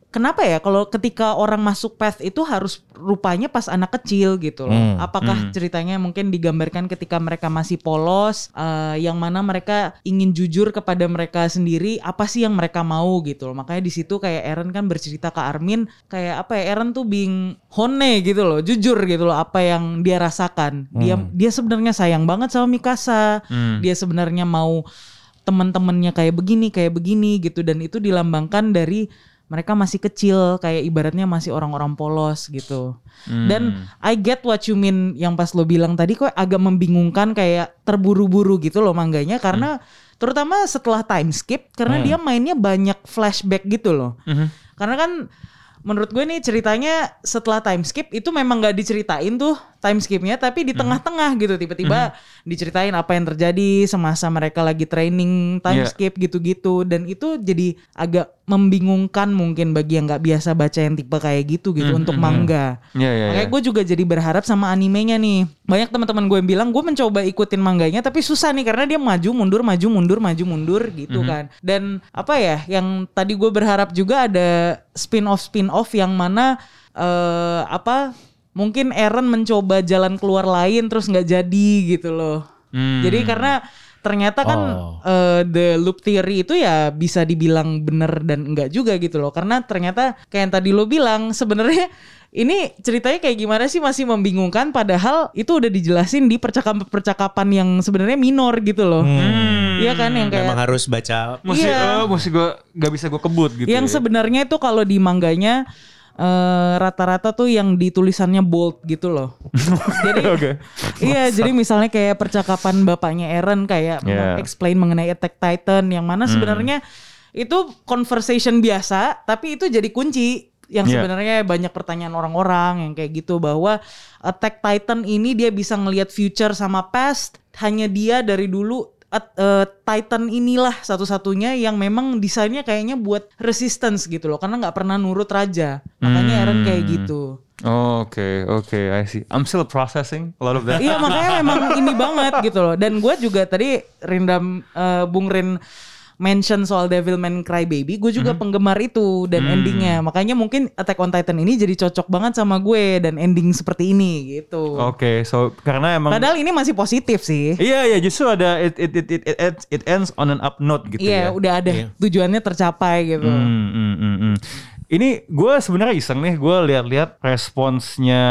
Speaker 4: kenapa ya kalau ketika orang masuk path itu harus rupanya pas anak kecil gitu loh.
Speaker 5: Hmm.
Speaker 4: Apakah hmm. ceritanya mungkin digambarkan ketika mereka masih polos, uh, yang mana mereka ingin jujur kepada mereka sendiri, apa sih yang mereka mau gitu loh. Makanya di situ kayak Eren kan bercerita ke Armin kayak apa ya, Eren tuh being honest gitu loh, jujur gitu loh apa yang dia rasakan. Dia hmm. dia sebenarnya sayang banget sama Mikasa. Hmm. Dia sebenarnya mau teman-temannya kayak begini, kayak begini gitu, dan itu dilambangkan dari mereka masih kecil, kayak ibaratnya masih orang-orang polos gitu. Hmm. Dan I get what you mean yang pas lo bilang tadi kok agak membingungkan, kayak terburu-buru gitu loh mangganya, karena hmm. terutama setelah time skip, karena hmm. dia mainnya banyak flashback gitu loh. Hmm. Karena kan menurut gue nih ceritanya setelah time skip itu memang gak diceritain tuh time skipnya, tapi di tengah-tengah gitu tiba-tiba mm-hmm. diceritain apa yang terjadi semasa mereka lagi training time yeah. skip gitu-gitu, dan itu jadi agak membingungkan mungkin bagi yang nggak biasa baca yang tipe kayak gitu gitu mm-hmm. untuk manga. Yeah, yeah, Makanya yeah. gue juga jadi berharap sama animenya nih. Banyak teman-teman gue yang bilang gue mencoba ikutin manganya tapi susah nih karena dia maju mundur maju mundur maju mundur gitu mm-hmm. kan. Dan apa ya yang tadi gue berharap juga ada spin-off spin-off yang mana uh, apa mungkin Eren mencoba jalan keluar lain terus nggak jadi gitu loh. Hmm. Jadi karena ternyata kan oh. uh, the loop theory itu ya bisa dibilang bener dan enggak juga gitu loh. Karena ternyata kayak yang tadi lo bilang sebenarnya ini ceritanya kayak gimana sih masih membingungkan, padahal itu udah dijelasin di percakapan-percakapan yang sebenarnya minor gitu loh. Hmm. Iya kan yang kayak
Speaker 3: memang harus baca.
Speaker 2: Mesti
Speaker 4: iya.
Speaker 2: oh, mesti gue gak bisa gue kebut gitu.
Speaker 4: Yang
Speaker 2: ya.
Speaker 4: sebenarnya itu kalau di mangganya Uh, rata-rata tuh yang ditulisannya bold gitu loh. Jadi okay. iya, jadi misalnya kayak percakapan bapaknya Eren kayak yeah. explain mengenai Attack Titan yang mana hmm. sebenarnya itu conversation biasa tapi itu jadi kunci yang yeah. sebenarnya banyak pertanyaan orang-orang yang kayak gitu, bahwa Attack Titan ini dia bisa ngelihat future sama past, hanya dia dari dulu Uh, uh, Titan inilah satu-satunya yang memang desainnya kayaknya buat resistance gitu loh, karena nggak pernah nurut raja, makanya hmm. Eren kayak gitu.
Speaker 2: Oh, oke okay, oke okay, I see. I'm still processing a lot of that.
Speaker 4: Iya makanya memang ini banget gitu loh. Dan gue juga tadi Rindam uh, Bung Rin mention soal Devilman Crybaby, gue juga mm-hmm. penggemar itu dan mm. endingnya. Makanya mungkin Attack on Titan ini jadi cocok banget sama gue dan ending seperti ini gitu.
Speaker 2: Oke, okay, so karena emang
Speaker 4: padahal ini masih positif sih.
Speaker 2: Iya iya, justru ada it it it it it, it ends on an up note gitu
Speaker 4: yeah, ya. Iya, udah ada yeah. tujuannya tercapai gitu.
Speaker 2: Mm, mm, mm, mm. Ini gue sebenarnya iseng nih, gue lihat-lihat responsnya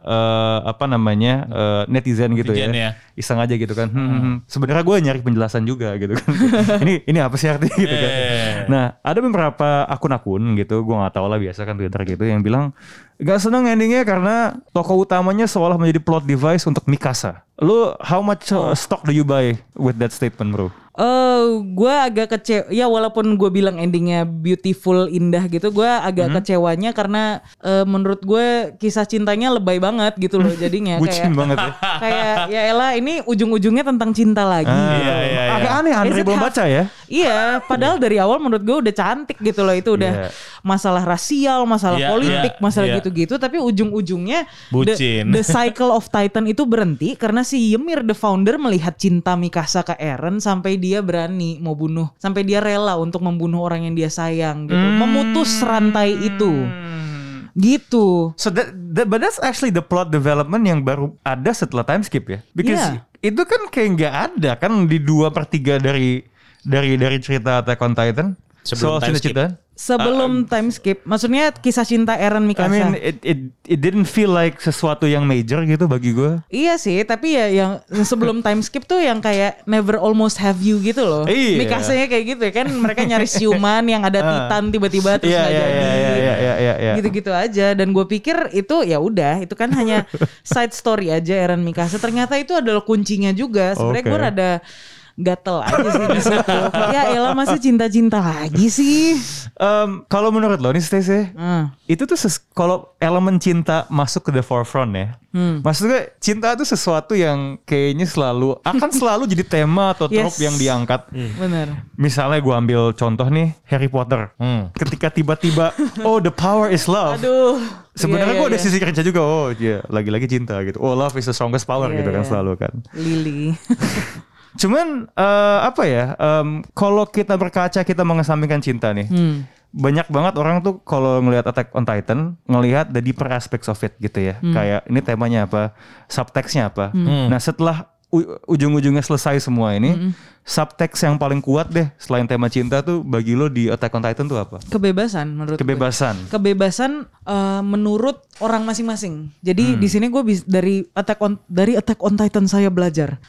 Speaker 2: uh, apa namanya uh, netizen gitu netizen ya. ya, iseng aja gitu kan. Hmm. Hmm. Sebenarnya gue nyari penjelasan juga gitu kan. ini ini apa sih artinya gitu kan? Nah ada beberapa akun-akun gitu, gue nggak tahu lah, biasa kan Twitter gitu yang bilang gak seneng endingnya karena tokoh utamanya seolah menjadi plot device untuk Mikasa. Lu how much uh, stock do you buy with that statement, bro?
Speaker 4: Uh, gue agak kecewa ya, walaupun gue bilang endingnya beautiful, indah gitu, gue agak hmm. kecewanya karena uh, menurut gue kisah cintanya lebay banget gitu loh jadinya.
Speaker 2: Bucin
Speaker 4: kayak,
Speaker 2: banget ya.
Speaker 4: Kayak ya elah ini ujung-ujungnya tentang cinta lagi.
Speaker 2: Ah,
Speaker 4: gitu.
Speaker 2: Iya, iya, iya. Agak aneh, Andre belum baca ya.
Speaker 4: Iya, padahal dari awal menurut gue udah cantik gitu loh, itu udah yeah. masalah rasial, masalah yeah, politik, yeah, masalah yeah. gitu-gitu, tapi ujung-ujungnya the, the cycle of Titan itu berhenti karena si Ymir the founder melihat cinta Mikasa ke Eren sampai dia berani mau bunuh, sampai dia rela untuk membunuh orang yang dia sayang gitu, hmm. memutus rantai itu. Gitu.
Speaker 2: So that, that but that's actually the plot development yang baru ada setelah time skip ya. Because yeah. itu kan kayak nggak ada kan di dua per tiga dari dari dari cerita Attack on Titan.
Speaker 3: Sebelum time skip.
Speaker 4: Sebelum uh, time skip, maksudnya kisah cinta Eren Mikasa.
Speaker 2: I mean, it, it it didn't feel like sesuatu yang major gitu bagi gue.
Speaker 4: Iya sih, tapi ya yang sebelum time skip tuh yang kayak Never Almost Have You gitu loh.
Speaker 2: Iya.
Speaker 4: Mikasanya kayak gitu ya kan, mereka nyari siuman yang ada Titan tiba-tiba terus nggak
Speaker 2: yeah, yeah,
Speaker 4: jadi.
Speaker 2: Yeah, yeah, yeah, yeah, yeah, yeah.
Speaker 4: Gitu-gitu aja. Dan gue pikir itu ya udah, itu kan hanya side story aja Eren Mikasa. Ternyata itu adalah kuncinya juga. Sebenarnya okay. gue rada gatel aja sih di situ. Ya elah masa cinta-cinta lagi sih.
Speaker 2: Um, kalau menurut lo nih Stacey, hmm. itu tuh ses- kalau elemen cinta masuk ke the forefront ya. Hmm. Maksudnya cinta itu sesuatu yang kayaknya selalu akan selalu jadi tema atau trope yes. yang diangkat.
Speaker 4: Hmm. Benar.
Speaker 2: Misalnya gue ambil contoh nih Harry Potter. Hmm. Ketika tiba-tiba oh the power is love.
Speaker 4: Aduh.
Speaker 2: Sebenarnya
Speaker 4: yeah,
Speaker 2: gue
Speaker 4: yeah,
Speaker 2: ada
Speaker 4: yeah.
Speaker 2: sisi kerja juga. Oh iya, lagi-lagi cinta gitu. Oh love is the strongest power yeah, gitu kan yeah. selalu kan.
Speaker 4: Lily.
Speaker 2: Cuman uh, apa ya? Um, kalau kita berkaca kita mengesampingkan cinta nih. Hmm. banyak banget orang tuh kalau ngelihat Attack on Titan ngelihat the deeper aspects of it gitu ya. Hmm. Kayak ini temanya apa, subteksnya apa. Hmm. Nah setelah u- ujung-ujungnya selesai semua ini, hmm. subteks yang paling kuat deh selain tema cinta tuh bagi lo di Attack on Titan tuh apa?
Speaker 4: Kebebasan menurut
Speaker 2: Kebebasan.
Speaker 4: gue. Kebebasan uh, menurut orang masing-masing. Jadi hmm. di sini gue bis, dari Attack on dari Attack on Titan saya belajar.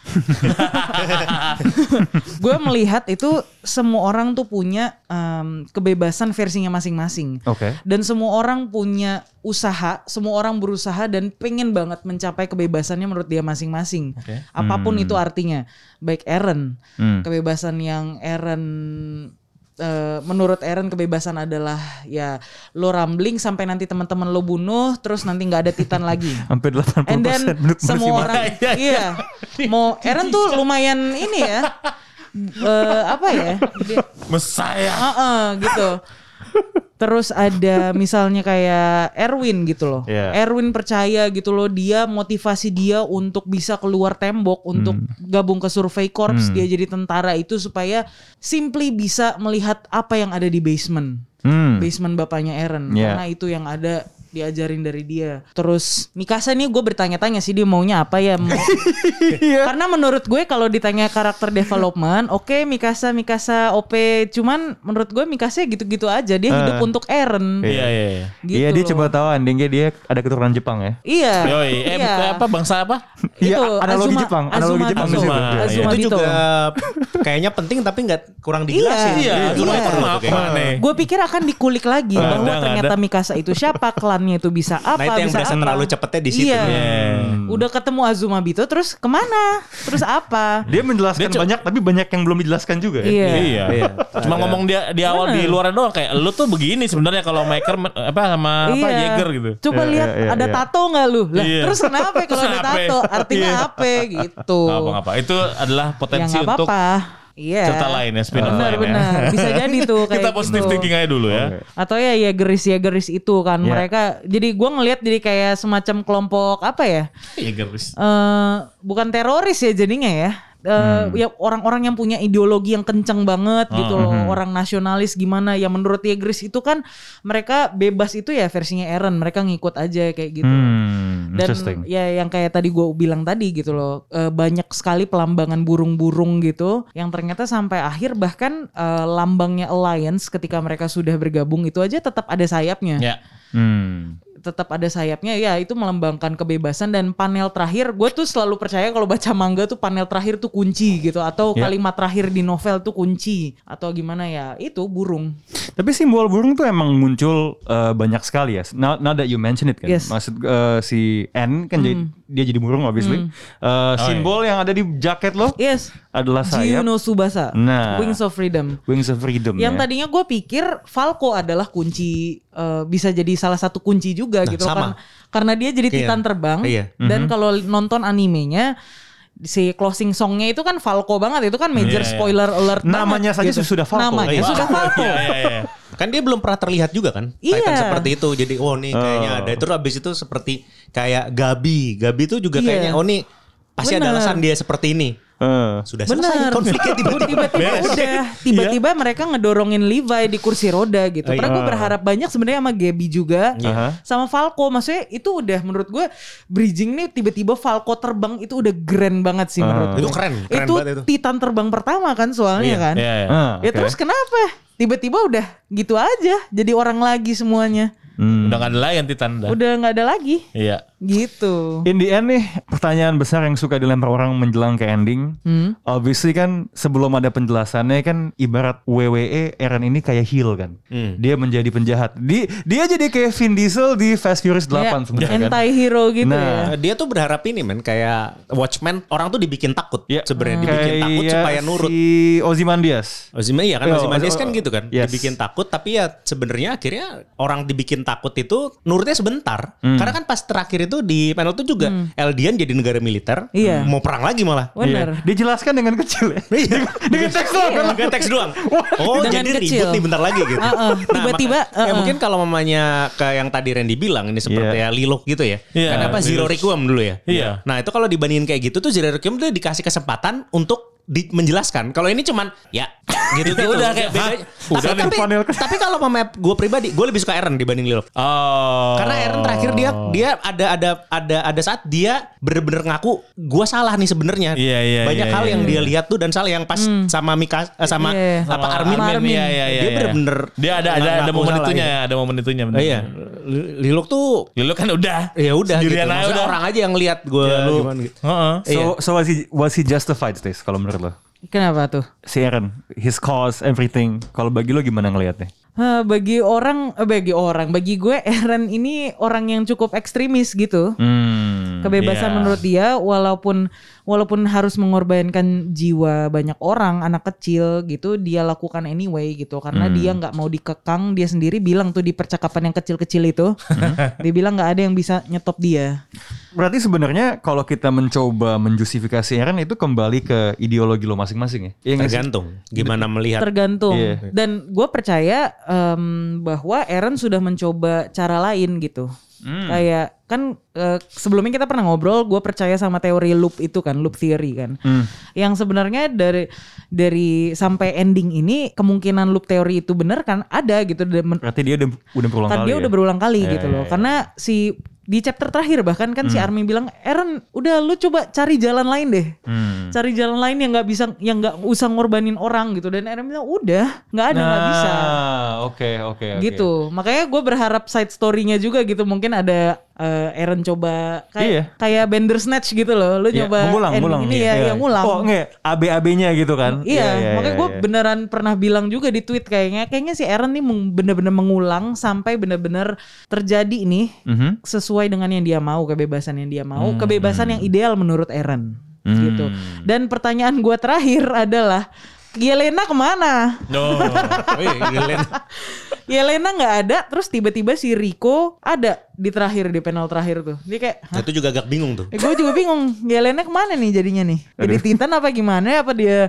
Speaker 4: Gue melihat itu semua orang tuh punya um, kebebasan versinya masing-masing.
Speaker 2: Oke. Okay.
Speaker 4: Dan semua orang punya usaha, semua orang berusaha dan pengen banget mencapai kebebasannya menurut dia masing-masing. Okay. Apapun hmm. itu artinya. Baik Eren, hmm. kebebasan yang Eren Uh, menurut Eren kebebasan adalah ya lo rambling sampai nanti teman-teman lo bunuh terus nanti nggak ada Titan lagi.
Speaker 2: Sampai delapan puluh persen.
Speaker 4: And then semua orang iya. Mau Eren tuh lumayan ini ya. Uh, apa ya?
Speaker 5: Mesaya.
Speaker 4: Uh-uh, gitu. Terus ada misalnya kayak Erwin gitu loh. Yeah. Erwin percaya gitu loh, dia motivasi dia untuk bisa keluar tembok, untuk hmm. gabung ke Survey Corps, hmm. dia jadi tentara itu supaya simply bisa melihat apa yang ada di basement. Hmm. Basement bapaknya Eren. Yeah. Karena itu yang ada diajarin dari dia. Terus Mikasa nih gue bertanya-tanya sih dia maunya apa ya. Karena menurut gue kalau ditanya karakter development, oke okay, Mikasa Mikasa O P, cuman menurut gue Mikasa gitu-gitu aja. Dia uh, hidup untuk Eren.
Speaker 2: Iya iya iya. Gitu iya dia loh. Coba tahu endingnya dia ada keturunan Jepang ya.
Speaker 4: Iya.
Speaker 5: Yoi, eh
Speaker 4: iya.
Speaker 5: apa bangsa apa?
Speaker 2: Iya, analogi
Speaker 4: Azuma,
Speaker 2: Jepang, analogi
Speaker 4: Azuma,
Speaker 2: Jepang
Speaker 4: Azuma,
Speaker 2: Azuma.
Speaker 4: Azuma, Azuma
Speaker 3: itu juga kayaknya penting tapi nggak kurang dijelasin.
Speaker 4: Iya,
Speaker 3: iya.
Speaker 4: iya.
Speaker 3: iya.
Speaker 4: Gue pikir akan dikulik lagi
Speaker 5: ada,
Speaker 4: bahwa ternyata
Speaker 5: ada.
Speaker 4: Mikasa itu siapa, klannya itu bisa apa,
Speaker 3: nah, itu yang
Speaker 4: bisa
Speaker 3: berasa
Speaker 4: apa.
Speaker 3: terlalu cepetnya di situ.
Speaker 4: Iya.
Speaker 2: Hmm.
Speaker 4: Udah ketemu Azumabito terus kemana? Terus apa?
Speaker 2: Dia menjelaskan dia banyak tapi banyak yang belum dijelaskan juga ya.
Speaker 4: Iya.
Speaker 5: Iya. iya. Cuma ada. Ngomong dia di awal Bener. Di luar doang kayak lu tuh begini sebenarnya kalau Maker apa sama
Speaker 4: iya.
Speaker 5: apa Jaeger gitu.
Speaker 4: Coba
Speaker 2: iya,
Speaker 4: lihat
Speaker 2: iya,
Speaker 4: ada
Speaker 2: iya.
Speaker 4: tato nggak lu? Lah,
Speaker 5: iya.
Speaker 4: terus kenapa kalau ada tato? Artinya
Speaker 5: iya.
Speaker 4: apa gitu?
Speaker 5: Apa-apa. Itu adalah potensi
Speaker 4: ya,
Speaker 5: untuk
Speaker 4: apa-apa. Iya.
Speaker 5: cerita lain ya, spin-off lain ya.
Speaker 4: Benar, bisa jadi tuh kayak
Speaker 5: kita positive
Speaker 4: gitu.
Speaker 5: thinking aja dulu ya.
Speaker 2: Okay.
Speaker 4: Atau ya ya geris ya geris itu kan
Speaker 2: yeah.
Speaker 4: mereka. Jadi gue ngelihat jadi kayak semacam kelompok apa ya?
Speaker 5: Iya geris.
Speaker 4: Uh, bukan teroris ya jadinya ya. Uh, hmm. Ya orang-orang yang punya ideologi yang kenceng banget oh. gitu loh, hmm. orang nasionalis gimana ya menurut Tigris itu kan mereka bebas itu ya versinya Eren, mereka ngikut aja kayak gitu.
Speaker 2: Hmm.
Speaker 4: Dan ya yang kayak tadi gue bilang tadi gitu loh, uh, banyak sekali pelambangan burung-burung gitu yang ternyata sampai akhir bahkan uh, lambangnya Alliance ketika mereka sudah bergabung itu aja tetap ada sayapnya.
Speaker 5: Ya.
Speaker 2: Hmm.
Speaker 4: Tetap ada sayapnya ya, itu melambangkan kebebasan. Dan panel terakhir gue tuh selalu percaya kalau baca manga tuh panel terakhir tuh kunci gitu, atau yeah. kalimat terakhir di novel tuh kunci atau gimana ya, itu burung.
Speaker 2: Tapi simbol burung tuh emang muncul uh, banyak sekali ya. Now, now that you mention it kan,
Speaker 4: yes.
Speaker 2: maksud uh, si N kan mm. jadi, dia jadi burung obviously. Mm. Uh, simbol oh, iya. yang ada di jaket lo
Speaker 4: yes.
Speaker 2: adalah sayap.
Speaker 4: Juno Tsubasa,
Speaker 2: nah,
Speaker 4: Wings of Freedom.
Speaker 2: Wings of Freedom.
Speaker 4: Yang
Speaker 2: ya.
Speaker 4: tadinya gue pikir Falco adalah kunci, uh, bisa jadi salah satu kunci juga nah, gitu kan, karena dia jadi Titan iya. terbang. Iya. Dan mm-hmm. kalau nonton animenya si closing songnya itu kan Falco banget, itu kan major yeah, spoiler yeah. alert.
Speaker 2: Namanya
Speaker 4: banget,
Speaker 2: saja
Speaker 4: gitu.
Speaker 2: sudah Falco.
Speaker 4: Namanya
Speaker 2: iya.
Speaker 4: sudah Falco.
Speaker 5: iya, iya, iya.
Speaker 3: Kan dia belum pernah terlihat juga kan,
Speaker 4: iya.
Speaker 3: Titan seperti itu. Jadi oh nih kayaknya oh. ada. Terus abis itu seperti kayak Gabi, Gabi itu juga iya. kayaknya oh nih pasti Bener. ada alasan dia seperti ini. Uh. Sudah selesai konfliknya tiba-tiba.
Speaker 4: Tiba-tiba udah tiba-tiba yeah. mereka ngedorongin Levi di kursi roda gitu. Karena gue berharap banyak sebenarnya sama Gaby juga, uh-huh. sama Falco. Maksudnya itu udah menurut gue bridging nih, tiba-tiba Falco terbang itu udah keren banget sih uh. menurut gue.
Speaker 3: Itu keren, keren
Speaker 4: itu
Speaker 3: banget itu.
Speaker 4: Titan terbang pertama kan soalnya
Speaker 3: iya.
Speaker 4: kan.
Speaker 5: Iya, iya.
Speaker 2: Uh,
Speaker 4: ya
Speaker 2: okay.
Speaker 4: terus kenapa tiba-tiba udah gitu aja jadi orang lagi semuanya.
Speaker 5: Hmm. Udah gak ada lagi kan Titan dah.
Speaker 4: Udah gak ada lagi.
Speaker 5: Iya.
Speaker 4: Gitu.
Speaker 2: In the end nih, pertanyaan besar yang suka dilempar orang menjelang ke ending. Hmm? Obviously kan sebelum ada penjelasannya kan ibarat W W E Eren ini kayak heel kan. Hmm. Dia menjadi penjahat. Di, dia jadi kayak Vin Diesel di Fast Furious delapan ya, sebenarnya kan.
Speaker 4: Anti-hero gitu
Speaker 2: nah,
Speaker 4: ya.
Speaker 3: Dia tuh berharap ini men, kayak Watchmen orang tuh dibikin takut. Ya, sebenarnya hmm. dibikin
Speaker 2: kayak
Speaker 3: takut supaya nurut.
Speaker 2: Si Ozymandias.
Speaker 3: Ozymandias iya kan,
Speaker 2: oh,
Speaker 3: Ozymandias
Speaker 2: oh,
Speaker 3: kan gitu kan.
Speaker 2: Yes.
Speaker 3: Dibikin takut tapi ya sebenarnya akhirnya orang dibikin takut itu nurutnya sebentar. Hmm. Karena kan pas terakhir itu di panel tuh juga hmm. Eldian jadi negara militer,
Speaker 4: iya.
Speaker 3: mau perang lagi malah.
Speaker 4: Benar.
Speaker 2: Iya. Dijelaskan dengan kecil ya. dengan teks doang.
Speaker 3: Dengan teks doang. Oh,
Speaker 4: dengan
Speaker 3: jadi
Speaker 4: kecil.
Speaker 3: ribut nih bentar lagi gitu.
Speaker 4: Uh-uh. Tiba-tiba
Speaker 3: nah, maka,
Speaker 4: uh-uh.
Speaker 3: ya mungkin kalau mamanya ke yang tadi Randy bilang ini seperti yeah. ya Lilok gitu ya. Yeah. Kan apa Zero Requiem dulu ya.
Speaker 5: Iya.
Speaker 3: Nah, itu kalau dibandingin kayak gitu tuh Zero Requiem tuh dikasih kesempatan untuk di, menjelaskan. Kalau ini cuman ya gitu gitu.
Speaker 5: Udah kayak,
Speaker 3: beda.
Speaker 5: hah?
Speaker 3: Tapi,
Speaker 2: Udah
Speaker 3: tapi,
Speaker 2: panel.
Speaker 3: tapi kalau map gue pribadi, gue lebih suka Eren dibanding Lil.
Speaker 5: Oh.
Speaker 3: Karena Eren terakhir dia dia ada ada ada ada saat dia bener-bener ngaku gue salah nih sebenarnya.
Speaker 5: Iya, iya,
Speaker 3: Banyak
Speaker 5: iya,
Speaker 3: hal
Speaker 5: iya,
Speaker 3: yang
Speaker 5: iya.
Speaker 3: dia lihat tuh dan salah yang pas sama Mika eh, sama
Speaker 4: Iya.
Speaker 3: apa
Speaker 5: Sama
Speaker 3: Armin,
Speaker 4: Armin.
Speaker 5: Iya, iya, iya,
Speaker 3: dia
Speaker 5: iya.
Speaker 3: bener-bener
Speaker 5: Dia ada ada ada
Speaker 3: ngaku
Speaker 5: momen
Speaker 3: salah,
Speaker 5: itunya,
Speaker 3: gitu.
Speaker 5: ada momen itunya.
Speaker 3: Oh, iya. Liluk tuh
Speaker 5: Lalu kan udah.
Speaker 3: ya udah gitu.
Speaker 5: Sendirian aja
Speaker 3: Maksudnya
Speaker 5: udah.
Speaker 3: orang aja yang lihat gue
Speaker 5: Ya, lu.
Speaker 3: gimana gitu.
Speaker 5: Heeh.
Speaker 2: So,
Speaker 3: Iya.
Speaker 2: so was he was he justified, Stis, kalau menurut lo?
Speaker 4: Kenapa tuh?
Speaker 2: Si Eren, his cause, everything. Kalau bagi lo gimana ngelihatnya?
Speaker 4: Hah, bagi orang, eh, bagi orang, bagi gue Eren ini orang yang cukup ekstremis gitu.
Speaker 2: Hmm.
Speaker 4: Kebebasan
Speaker 5: iya.
Speaker 4: menurut dia, walaupun walaupun harus mengorbankan jiwa banyak orang, anak kecil gitu, dia lakukan anyway gitu. Karena
Speaker 2: Hmm.
Speaker 4: dia nggak mau dikekang, dia sendiri bilang tuh di percakapan yang kecil-kecil itu, dia bilang nggak ada yang bisa nyetop dia.
Speaker 2: Berarti sebenarnya kalau kita mencoba menjustifikasi Eren itu kembali ke ideologi lo masing-masing ya? Iya nggak sih?
Speaker 3: Tergantung gimana melihat.
Speaker 4: Tergantung.
Speaker 2: Iya.
Speaker 4: Dan gue percaya em, bahwa Eren sudah mencoba cara lain gitu. Kayak kan eh, sebelumnya kita pernah ngobrol, gue percaya sama teori loop itu kan, loop theory kan.
Speaker 2: Hmm.
Speaker 4: Yang sebenarnya dari dari sampai ending ini kemungkinan loop teori itu benar kan ada gitu. Dan men-
Speaker 2: Berarti dia udah udah berulang
Speaker 4: kan
Speaker 2: kali
Speaker 4: dia
Speaker 2: ya?
Speaker 4: udah berulang kali
Speaker 2: Iya,
Speaker 4: gitu
Speaker 2: iya,
Speaker 4: loh.
Speaker 2: iya.
Speaker 4: Karena si di chapter terakhir bahkan kan si Armin bilang, Eren udah lu coba cari jalan lain deh.
Speaker 2: Hmm.
Speaker 4: Cari jalan lain yang nggak bisa, yang nggak usah ngorbanin orang gitu. Dan Eren bilang udah nggak ada, nggak bisa
Speaker 2: Nah, oke oke oke.
Speaker 4: gitu. Makanya gue berharap side story-nya juga gitu. Mungkin ada eh, Eren coba kayak
Speaker 2: Iya.
Speaker 4: kayak Bandersnatch gitu loh. Lu
Speaker 2: Iya,
Speaker 4: nyoba
Speaker 2: mengulang,
Speaker 4: ending
Speaker 2: mengulang.
Speaker 4: ini
Speaker 2: Iya,
Speaker 4: ya,
Speaker 2: iya.
Speaker 4: yang ngulang.
Speaker 2: Oh nggak, A B A B-nya gitu kan?
Speaker 4: Iya, makanya gue
Speaker 2: iya.
Speaker 4: beneran pernah bilang juga di tweet kayaknya, kayaknya si Eren nih meng- bener-bener mengulang sampai bener-bener terjadi nih
Speaker 2: Mhm.
Speaker 4: sesuai dengan yang dia mau, kebebasan yang dia mau, kebebasan yang ideal menurut Eren,
Speaker 2: Hmm.
Speaker 4: gitu. Dan pertanyaan gue terakhir adalah, Yelena kemana?
Speaker 5: No.
Speaker 3: Oh iya, Glenn.
Speaker 4: Yelena nggak ada, terus tiba-tiba si Rico ada di terakhir, di panel terakhir tuh. Dia kayak,
Speaker 3: Nah, itu juga agak bingung tuh.
Speaker 4: Eh, gue juga bingung, Yelena kemana nih jadinya nih? Jadi Titan apa gimana? Apa dia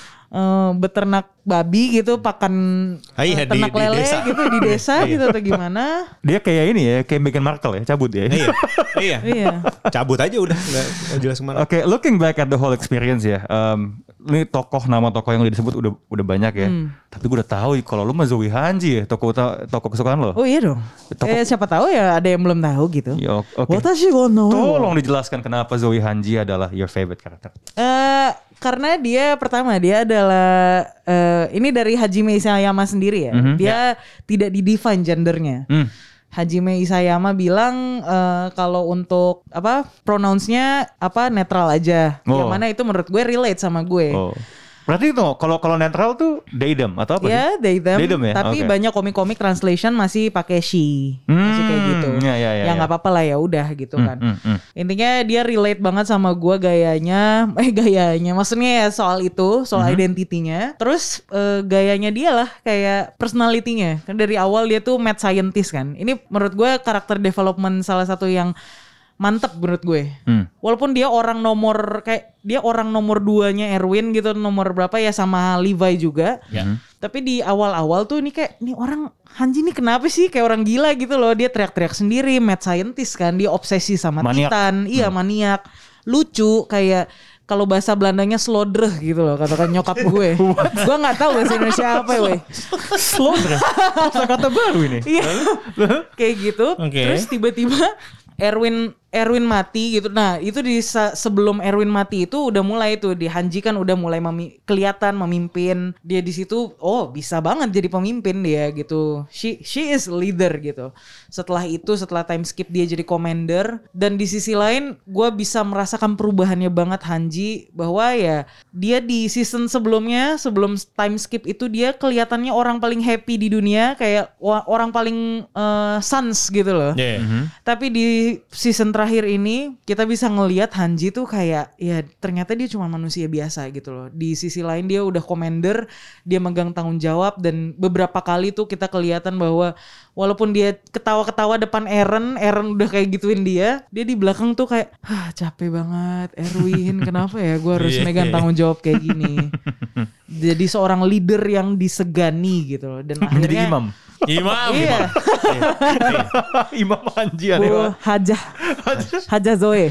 Speaker 4: eh, beternak babi gitu, pakan
Speaker 3: Ah, iya,
Speaker 4: eh,
Speaker 3: di-
Speaker 4: ternak
Speaker 3: di
Speaker 4: lele
Speaker 3: desa.
Speaker 4: gitu di desa gitu atau gimana?
Speaker 2: Dia kayak ini ya, kayak Meghan Markle ya, cabut ya.
Speaker 3: Iya. Iya.
Speaker 4: Iya.
Speaker 3: Cabut aja udah nggak nggak jelas kemana.
Speaker 2: Oke, looking back at the whole experience ya, um, ini tokoh nama tokoh yang udah disebut udah udah banyak ya.
Speaker 4: Hmm.
Speaker 2: Tapi gue udah tahu kalau lu mah Zoe Hanji ya, tokoh uta- tokoh kesukaan lo.
Speaker 4: Oh iya dong.
Speaker 2: Toko-
Speaker 4: Eh siapa tahu ya ada yang belum tahu gitu.
Speaker 2: Ya, oke.
Speaker 4: Watashi wa no.
Speaker 2: Tolong dijelaskan kenapa Zoe Hanji adalah your favorite karakter.
Speaker 4: Eh karena dia pertama dia adalah eh, ini dari Hajime Isayama sendiri ya.
Speaker 2: Mhm,
Speaker 4: Dia tidak di-define gendernya.
Speaker 2: Hmm.
Speaker 4: Hajime Isayama bilang eh, kalau untuk apa pronouns-nya apa netral aja.
Speaker 2: Oh.
Speaker 4: Yang mana itu menurut gue relate sama gue.
Speaker 2: Oh. Berarti itu kalau kalau netral tuh they them atau apa
Speaker 4: Ya,
Speaker 2: sih?
Speaker 4: they them.
Speaker 2: They them ya?
Speaker 4: Tapi
Speaker 2: Oke.
Speaker 4: banyak komik-komik translation masih pakai she. Masih kayak
Speaker 2: Hmm,
Speaker 4: gitu.
Speaker 2: ya, ya, ya,
Speaker 4: ya nggak
Speaker 2: ya.
Speaker 4: apa-apa lah ya udah gitu
Speaker 2: Hmm,
Speaker 4: kan.
Speaker 2: hmm, hmm.
Speaker 4: Intinya dia relate banget sama gua gayanya, eh gayanya. Maksudnya ya soal itu, soal
Speaker 2: Mhm.
Speaker 4: identitinya. Terus eh, gayanya dia lah kayak personality-nya. Kan dari awal dia tuh mad scientist kan. Ini menurut gua karakter development salah satu yang mantep menurut gue.
Speaker 2: Hmm.
Speaker 4: Walaupun dia orang nomor kayak dia orang nomor duanya Erwin gitu, nomor berapa ya sama Levi juga.
Speaker 5: Ya.
Speaker 4: Tapi di awal-awal tuh nih kayak nih orang Hanji nih kenapa sih kayak orang gila gitu loh. Dia teriak-teriak sendiri, mad scientist kan, dia obsesi sama
Speaker 2: Maniak.
Speaker 4: Titan. Iya, maniak. Lucu kayak kalau bahasa Belandanya slodreh gitu loh katakan nyokap gue. Gue nggak tahu bahasa Indonesia apa ya, weh.
Speaker 2: Slodreh. Kata baru ini.
Speaker 4: Iya. Kayak gitu.
Speaker 5: Oke.
Speaker 4: Terus tiba-tiba Erwin Erwin mati gitu. Nah, itu di sa- sebelum Erwin mati itu udah mulai tuh di Hanji kan udah mulai memi- kelihatan memimpin. Dia di situ oh, bisa banget jadi pemimpin dia gitu. She she is leader gitu. Setelah itu setelah time skip dia jadi commander dan di sisi lain gua bisa merasakan perubahannya banget Hanji bahwa ya dia di season sebelumnya sebelum time skip itu dia kelihatannya orang paling happy di dunia kayak wa- orang paling eh, sans gitu loh.
Speaker 5: Yeah.
Speaker 4: Tapi di season terakhir ini kita bisa ngelihat Hanji tuh kayak ya ternyata dia cuma manusia biasa gitu loh. Di sisi lain dia udah commander, dia megang tanggung jawab dan beberapa kali tuh kita kelihatan bahwa walaupun dia ketawa-ketawa depan Eren, Eren udah kayak gituin dia, dia di belakang tuh kayak ah capek banget Erwin, kenapa ya gue harus
Speaker 5: Iya,
Speaker 4: megang
Speaker 5: iya.
Speaker 4: tanggung jawab kayak gini. Jadi seorang leader yang disegani gitu loh dan
Speaker 2: Menjadi
Speaker 4: akhirnya
Speaker 2: imam.
Speaker 5: Imam.
Speaker 4: Iya.
Speaker 2: Imam Hanji aneh
Speaker 4: Bu
Speaker 2: banget.
Speaker 4: Hajah. Hajah Zoe.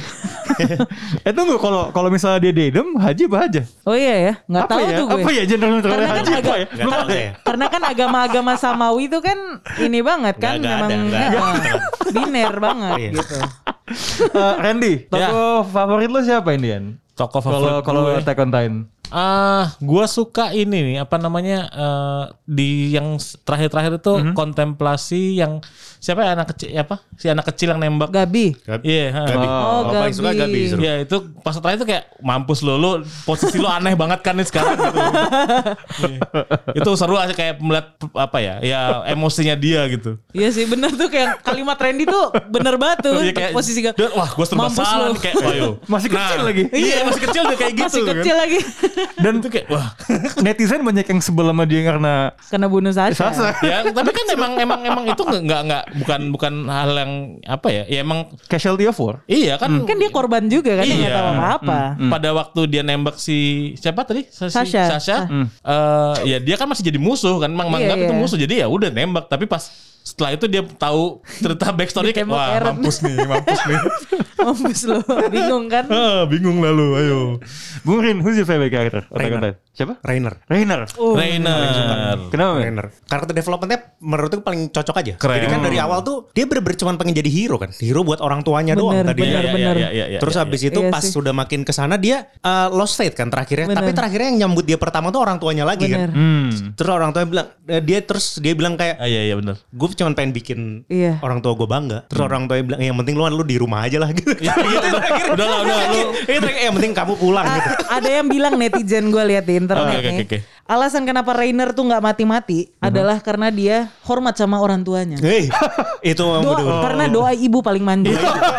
Speaker 2: Eh tunggu kalau kalau misalnya dia dedem Haji apa Haja?
Speaker 4: Oh iya ya, nggak
Speaker 2: Apa
Speaker 4: tahu
Speaker 2: ya?
Speaker 4: tuh gue.
Speaker 2: Apa ya general
Speaker 4: Karena kan
Speaker 2: Haji apa
Speaker 4: agak-
Speaker 2: ya?
Speaker 3: Nggak tahu saya.
Speaker 4: Karena kan agama-agama Samawi itu kan ini banget kan,
Speaker 3: Nggak- nggak
Speaker 4: memang
Speaker 3: ada, nggak
Speaker 4: eh, biner banget
Speaker 3: Iya.
Speaker 4: gitu.
Speaker 2: Eh, Randy, toko favorit lo siapa Indian?
Speaker 5: Tokoh
Speaker 2: Kalau
Speaker 5: favorit
Speaker 2: kalau
Speaker 5: gue.
Speaker 2: Attack on Titan.
Speaker 5: Ah, gua suka ini nih apa namanya eh, di yang terakhir-terakhir itu kontemplasi yang siapa ya anak kecil apa si anak kecil yang nembak.
Speaker 4: Gabi.
Speaker 5: Iya. ha.
Speaker 3: Gabi.
Speaker 4: Oh,
Speaker 3: Oh, paling suka
Speaker 4: Gabi.
Speaker 3: Gabi justru.
Speaker 5: Ya itu pas terakhir itu kayak mampus lo, lo posisi lo aneh banget kan nih sekarang gitu. Iya. Itu seru aja kayak melihat apa ya, ya emosinya dia gitu.
Speaker 4: Iya sih bener tuh kayak kalimat Randy tuh bener banget tuh.
Speaker 5: Iya, kayak,
Speaker 4: posisi Gabi.
Speaker 5: "Dan, wah gue serba
Speaker 4: Mampus
Speaker 5: salah
Speaker 4: lo."
Speaker 5: nih kayak, ayo.
Speaker 2: Masih kecil lagi.
Speaker 5: Iya masih kecil udah kayak gitu.
Speaker 4: Masih
Speaker 5: kan.
Speaker 4: kecil lagi.
Speaker 2: Dan
Speaker 5: Itu kayak wah.
Speaker 2: netizen banyak yang sebel sama dia karena
Speaker 4: Kena bunuh Sasha.
Speaker 2: Sasa.
Speaker 5: Ya tapi kan emang emang emang itu nggak nggak nggak bukan bukan hal yang apa ya, ya emang
Speaker 2: Casualty of War.
Speaker 5: iya kan.
Speaker 4: Kan dia korban juga kan, dia nggak
Speaker 5: Iya.
Speaker 4: tahu apa-apa.
Speaker 5: Pada waktu dia nembak si siapa tadi? Si
Speaker 4: Sasha.
Speaker 5: Sasha. eh, ya dia kan masih jadi musuh kan, emang
Speaker 4: Iya,
Speaker 5: menganggap itu
Speaker 4: iya.
Speaker 5: musuh. Jadi ya udah nembak, tapi pas setelah itu dia tahu cerita backstory kayak
Speaker 4: Ditembak
Speaker 5: wah
Speaker 4: Eren.
Speaker 5: mampus nih, mampus nih.
Speaker 4: Mampus lo, bingung kan?
Speaker 5: Ah, bingung lalu, ayo.
Speaker 2: Bung Rin, who's your favorite character? Attack on
Speaker 3: Rainer.
Speaker 2: Titan. Siapa?
Speaker 3: Rainer.
Speaker 2: Rainer.
Speaker 4: Oh,
Speaker 5: Rainer.
Speaker 2: Kenapa? men?
Speaker 3: Rainer. Karakter developmentnya menurutku paling cocok aja.
Speaker 5: Keren.
Speaker 3: Jadi kan dari awal tuh dia bener-bener cuma pengen jadi hero kan. Hero buat orang tuanya doang
Speaker 4: Bener,
Speaker 3: tadi.
Speaker 4: bener,
Speaker 5: Iya, iya,
Speaker 4: bener.
Speaker 5: iya, iya, iya,
Speaker 3: Terus
Speaker 5: iya,
Speaker 3: habis
Speaker 5: iya.
Speaker 3: itu
Speaker 4: Iya
Speaker 3: pas
Speaker 4: sih.
Speaker 3: sudah makin kesana dia uh, lost faith kan terakhirnya.
Speaker 4: Bener.
Speaker 3: Tapi terakhirnya yang nyambut dia pertama tuh orang tuanya lagi
Speaker 4: Bener.
Speaker 3: kan.
Speaker 2: Hmm.
Speaker 3: Terus orang tuanya bilang eh, dia terus dia bilang kayak
Speaker 5: Ah, iya iya benar.
Speaker 3: gue cuma pengen bikin
Speaker 4: Iya.
Speaker 3: orang tua gue bangga. Terus orang tuanya bilang yang penting lu lu di rumah aja lah gitu.
Speaker 5: Udah lah, udah lah, lu.
Speaker 3: Itu terakhir, yang penting kamu pulang gitu.
Speaker 4: A- ada yang bilang netizen gue lihat di internet
Speaker 5: Oke, oke,
Speaker 4: nih.
Speaker 5: oke.
Speaker 4: Alasan kenapa Rainer tuh nggak mati-mati adalah karena dia hormat sama orang tuanya.
Speaker 3: Hei, itu memang
Speaker 4: Doa,
Speaker 3: betul.
Speaker 4: karena doa ibu paling manja.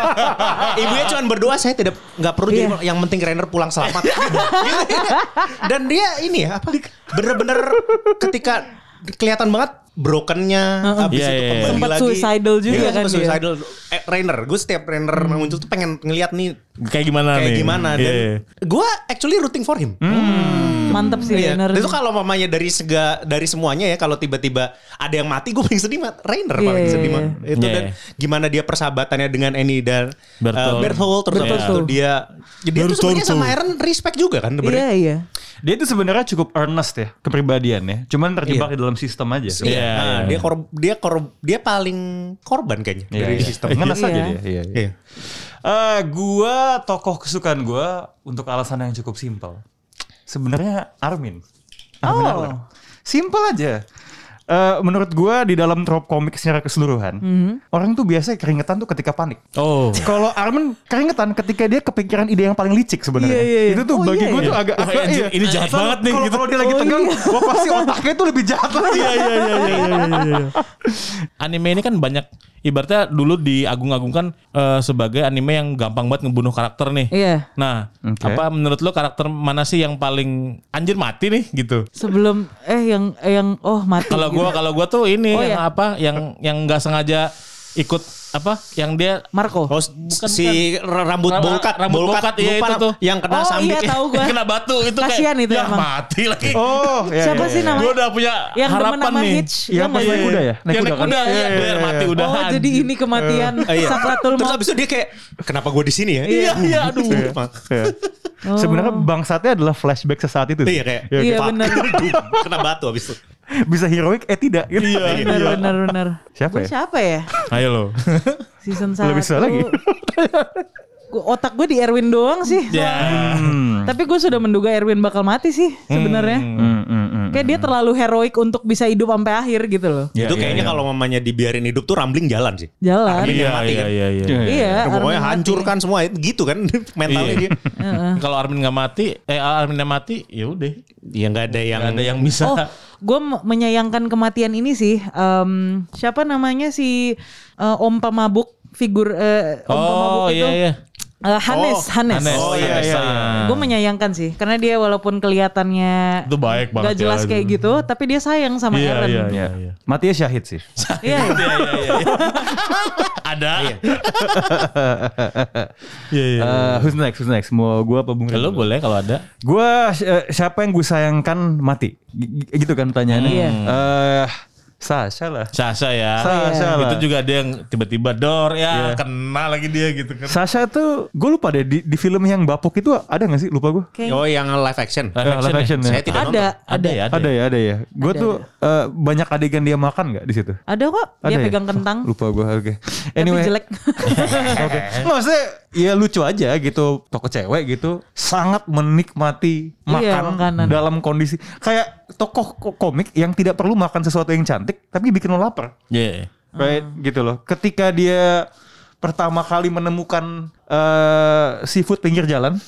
Speaker 3: Ibunya cuma berdoa saya tidak nggak perlu jadi
Speaker 4: Iya.
Speaker 3: yang penting Rainer pulang selamat. Gitu. Dan dia ini ya apa bener-bener ketika kelihatan banget brokennya habis
Speaker 5: Iya,
Speaker 3: itu
Speaker 5: iya, iya.
Speaker 3: kembali
Speaker 4: Sempat
Speaker 3: lagi.
Speaker 4: suicidal juga
Speaker 3: Iya,
Speaker 4: kan
Speaker 3: sempat
Speaker 4: dia.
Speaker 3: suicidal. Eh, Rainer, gue setiap Rainer muncul tuh pengen ngeliat nih
Speaker 5: Kayak gimana
Speaker 3: kayak
Speaker 5: nih?
Speaker 3: gimana dan
Speaker 5: Iya.
Speaker 3: gue actually rooting for him.
Speaker 4: Mantap sih
Speaker 3: Iya.
Speaker 4: Rainer.
Speaker 3: Itu kalau mamanya dari sega dari semuanya ya kalau tiba-tiba ada yang mati gue paling sedih mat Rainer
Speaker 4: Iya,
Speaker 3: paling
Speaker 4: iya,
Speaker 3: sedih
Speaker 4: iya.
Speaker 3: mah. Itu
Speaker 5: Iya,
Speaker 3: dan
Speaker 5: iya.
Speaker 3: gimana dia persahabatannya dengan Annie dan
Speaker 5: Bertolt.
Speaker 3: uh, Bertolt terus habis
Speaker 4: Bertolt.
Speaker 3: itu dia jadi itu sebenarnya sama Eren respect juga kan sebenarnya.
Speaker 4: Iya iya.
Speaker 2: Dia itu sebenarnya cukup earnest ya kepribadiannya. Cuman terjebak
Speaker 3: Iya.
Speaker 2: di dalam sistem aja.
Speaker 5: Iya,
Speaker 3: Iya, nah,
Speaker 5: iya.
Speaker 3: dia kor dia kor dia paling korban kayaknya
Speaker 2: Iya,
Speaker 3: dari
Speaker 2: iya.
Speaker 3: sistem.
Speaker 2: Ngenes aja
Speaker 4: Iya.
Speaker 2: dia. Iya, iya.
Speaker 3: Iya.
Speaker 2: Eh, gua tokoh kesukaan gua untuk alasan yang cukup simpel. Sebenarnya Armin. Armin
Speaker 4: Oh.
Speaker 2: Armin. Simpel aja. Eh, menurut gua di dalam trop komik secara keseluruhan, orang tuh biasanya keringetan tuh ketika panik.
Speaker 5: Oh.
Speaker 2: Kalau Armin keringetan ketika dia kepikiran ide yang paling licik sebenarnya.
Speaker 4: Iya, iya, iya.
Speaker 2: Itu tuh
Speaker 4: Oh,
Speaker 2: bagi
Speaker 4: iya,
Speaker 2: gua
Speaker 4: iya.
Speaker 2: tuh agak
Speaker 5: Wah,
Speaker 2: agak
Speaker 5: anjir, ini jahat
Speaker 2: Kalau-
Speaker 5: banget nih,
Speaker 2: Kalau
Speaker 5: gitu.
Speaker 2: kalau dia lagi
Speaker 4: Oh,
Speaker 2: tegang,
Speaker 4: iya.
Speaker 2: wah pasti otaknya tuh lebih jahat lagi.
Speaker 5: Iya iya iya iya iya iya. Anime ini kan banyak ibaratnya dulu diagung-agungkan eh, sebagai anime yang gampang banget ngebunuh karakter nih.
Speaker 4: Iya.
Speaker 5: Nah,
Speaker 2: Oke.
Speaker 5: apa menurut lo karakter mana sih yang paling anjir mati nih gitu?
Speaker 4: Sebelum eh yang eh, yang oh mati.
Speaker 5: Kalau
Speaker 4: gitu.
Speaker 5: gua kalau gua tuh ini
Speaker 4: Oh,
Speaker 5: yang
Speaker 4: iya.
Speaker 5: apa yang yang nggak sengaja ikut apa yang dia
Speaker 4: Marco.
Speaker 3: Oh, si rambut
Speaker 5: Ra-
Speaker 3: bolkat,
Speaker 5: rambut bolkat, iya,
Speaker 3: lupa
Speaker 5: itu tuh.
Speaker 3: yang kena
Speaker 4: Oh,
Speaker 3: sambik.
Speaker 4: iya, tahu gua.
Speaker 5: kena batu itu
Speaker 4: Kasian
Speaker 5: kayak
Speaker 4: itu
Speaker 5: ya
Speaker 4: emang.
Speaker 5: mati lagi.
Speaker 2: Oh, iya,
Speaker 4: Siapa
Speaker 2: iya,
Speaker 4: sih
Speaker 2: iya.
Speaker 4: namanya?
Speaker 5: Gua udah punya
Speaker 4: Yang demen
Speaker 5: harapan
Speaker 4: sama
Speaker 5: nih.
Speaker 4: Hitch.
Speaker 2: Yang
Speaker 4: Iya
Speaker 2: pas
Speaker 4: nggak
Speaker 2: naik
Speaker 4: sih?
Speaker 2: kuda ya?
Speaker 5: Yang naik
Speaker 2: kan?
Speaker 5: kuda, iya, biar mati udah.
Speaker 4: Oh jadi ini kematian
Speaker 3: Iya.
Speaker 4: Sakratul
Speaker 3: Terus
Speaker 4: Maut.
Speaker 3: abis itu dia kayak kenapa gue di sini ya?
Speaker 5: Iya, iya, aduh.
Speaker 2: Iya.
Speaker 4: Oh.
Speaker 2: Sebenarnya bangsatnya adalah flashback sesaat itu.
Speaker 3: Iya kayak
Speaker 2: Iya,
Speaker 4: Iya,
Speaker 3: fuck.
Speaker 4: benar.
Speaker 3: Kena batu abis itu.
Speaker 2: Bisa heroik eh tidak gitu.
Speaker 5: Iya,
Speaker 4: Benar benar benar.
Speaker 2: Siapa
Speaker 4: Gua
Speaker 2: ya?
Speaker 4: Siapa ya?
Speaker 5: Ayo lo.
Speaker 4: Season satu.
Speaker 2: Lebih susah lagi.
Speaker 4: Gua- otak gue di Erwin doang sih.
Speaker 5: Ya.
Speaker 2: Hmm.
Speaker 4: Tapi gue sudah menduga Erwin bakal mati sih sebenarnya.
Speaker 2: Hmm, hmm, hmm.
Speaker 4: Kayak dia terlalu heroik untuk bisa hidup sampai akhir gitu loh.
Speaker 2: Iya,
Speaker 3: itu
Speaker 2: iya,
Speaker 3: kayaknya
Speaker 2: iya.
Speaker 3: kalau mamanya dibiarin hidup tuh rambling jalan sih.
Speaker 4: Jalan.
Speaker 3: Armin
Speaker 5: Iya
Speaker 3: yang mati
Speaker 5: iya
Speaker 3: kan?
Speaker 5: iya iya.
Speaker 2: Iya.
Speaker 4: Iya.
Speaker 3: Ya, pokoknya
Speaker 4: Armin mati.
Speaker 3: hancurkan semua gitu kan mentalnya
Speaker 5: Iya.
Speaker 3: dia.
Speaker 5: Kalau Armin nggak mati, eh Armin nggak mati, ya udah.
Speaker 3: Ya nggak ada yang
Speaker 5: Nggak ada yang bisa.
Speaker 4: Oh, gue menyayangkan kematian ini sih. Em, siapa namanya si eh, Om Pemabuk figur eh, Om Pemabuk
Speaker 5: Oh
Speaker 4: itu?
Speaker 5: iya iya.
Speaker 4: Eh, Hanes,
Speaker 3: Oh,
Speaker 4: Hanes.
Speaker 5: Hanes.
Speaker 3: Oh, iya, iya,
Speaker 4: Gue menyayangkan sih, karena dia walaupun kelihatannya
Speaker 5: Itu baik banget
Speaker 4: gak jelas
Speaker 5: ya.
Speaker 4: kayak gitu, tapi dia sayang sama
Speaker 5: Iya
Speaker 4: Eren.
Speaker 5: iya
Speaker 2: Iya.
Speaker 5: iya. iya.
Speaker 2: Matinya syahid sih.
Speaker 4: Iya, iya.
Speaker 5: Iya iya iya. Ada. Iya iya.
Speaker 2: Eh, who's next? Who's next? Mau gua apa Bung Rin
Speaker 5: Lo
Speaker 2: dulu?
Speaker 5: boleh kalau ada.
Speaker 2: Gua eh, siapa yang gue sayangkan mati? G- g- gitu kan pertanyaannya.
Speaker 4: Iya.
Speaker 2: Eh, Sasha lah.
Speaker 5: Sasha ya.
Speaker 2: Sasha lah.
Speaker 5: Itu juga dia yang tiba-tiba dor ya,
Speaker 2: Iya.
Speaker 5: kena lagi dia gitu kan.
Speaker 2: Sasha tuh gue lupa deh di, di film yang Bapuk itu ada gak sih? Lupa gue.
Speaker 4: Kayak
Speaker 3: Oh yang live action.
Speaker 5: Live action
Speaker 2: live
Speaker 5: ya?
Speaker 2: action ya.
Speaker 3: Saya tidak
Speaker 4: ada,
Speaker 3: nonton.
Speaker 4: ada,
Speaker 5: Ada ya,
Speaker 2: Ada ya, ada ya. Gue
Speaker 4: Ada,
Speaker 2: tuh eh, banyak adegan dia makan gak di situ?
Speaker 4: Ada kok. Dia
Speaker 2: Ada ya?
Speaker 4: pegang kentang.
Speaker 2: Oh, lupa gue. Oke.
Speaker 4: Tapi jelek.
Speaker 2: Oke. Nggak, maksudnya ya lucu aja gitu. Toko cewek gitu sangat menikmati
Speaker 4: Iya,
Speaker 2: makan
Speaker 4: makanan.
Speaker 2: dalam kondisi kayak tokoh ko- komik yang tidak perlu makan sesuatu yang cantik tapi bikin lo lapar.
Speaker 5: Iya.
Speaker 2: Right? Gitu loh. Ketika dia pertama kali menemukan eh, seafood pinggir jalan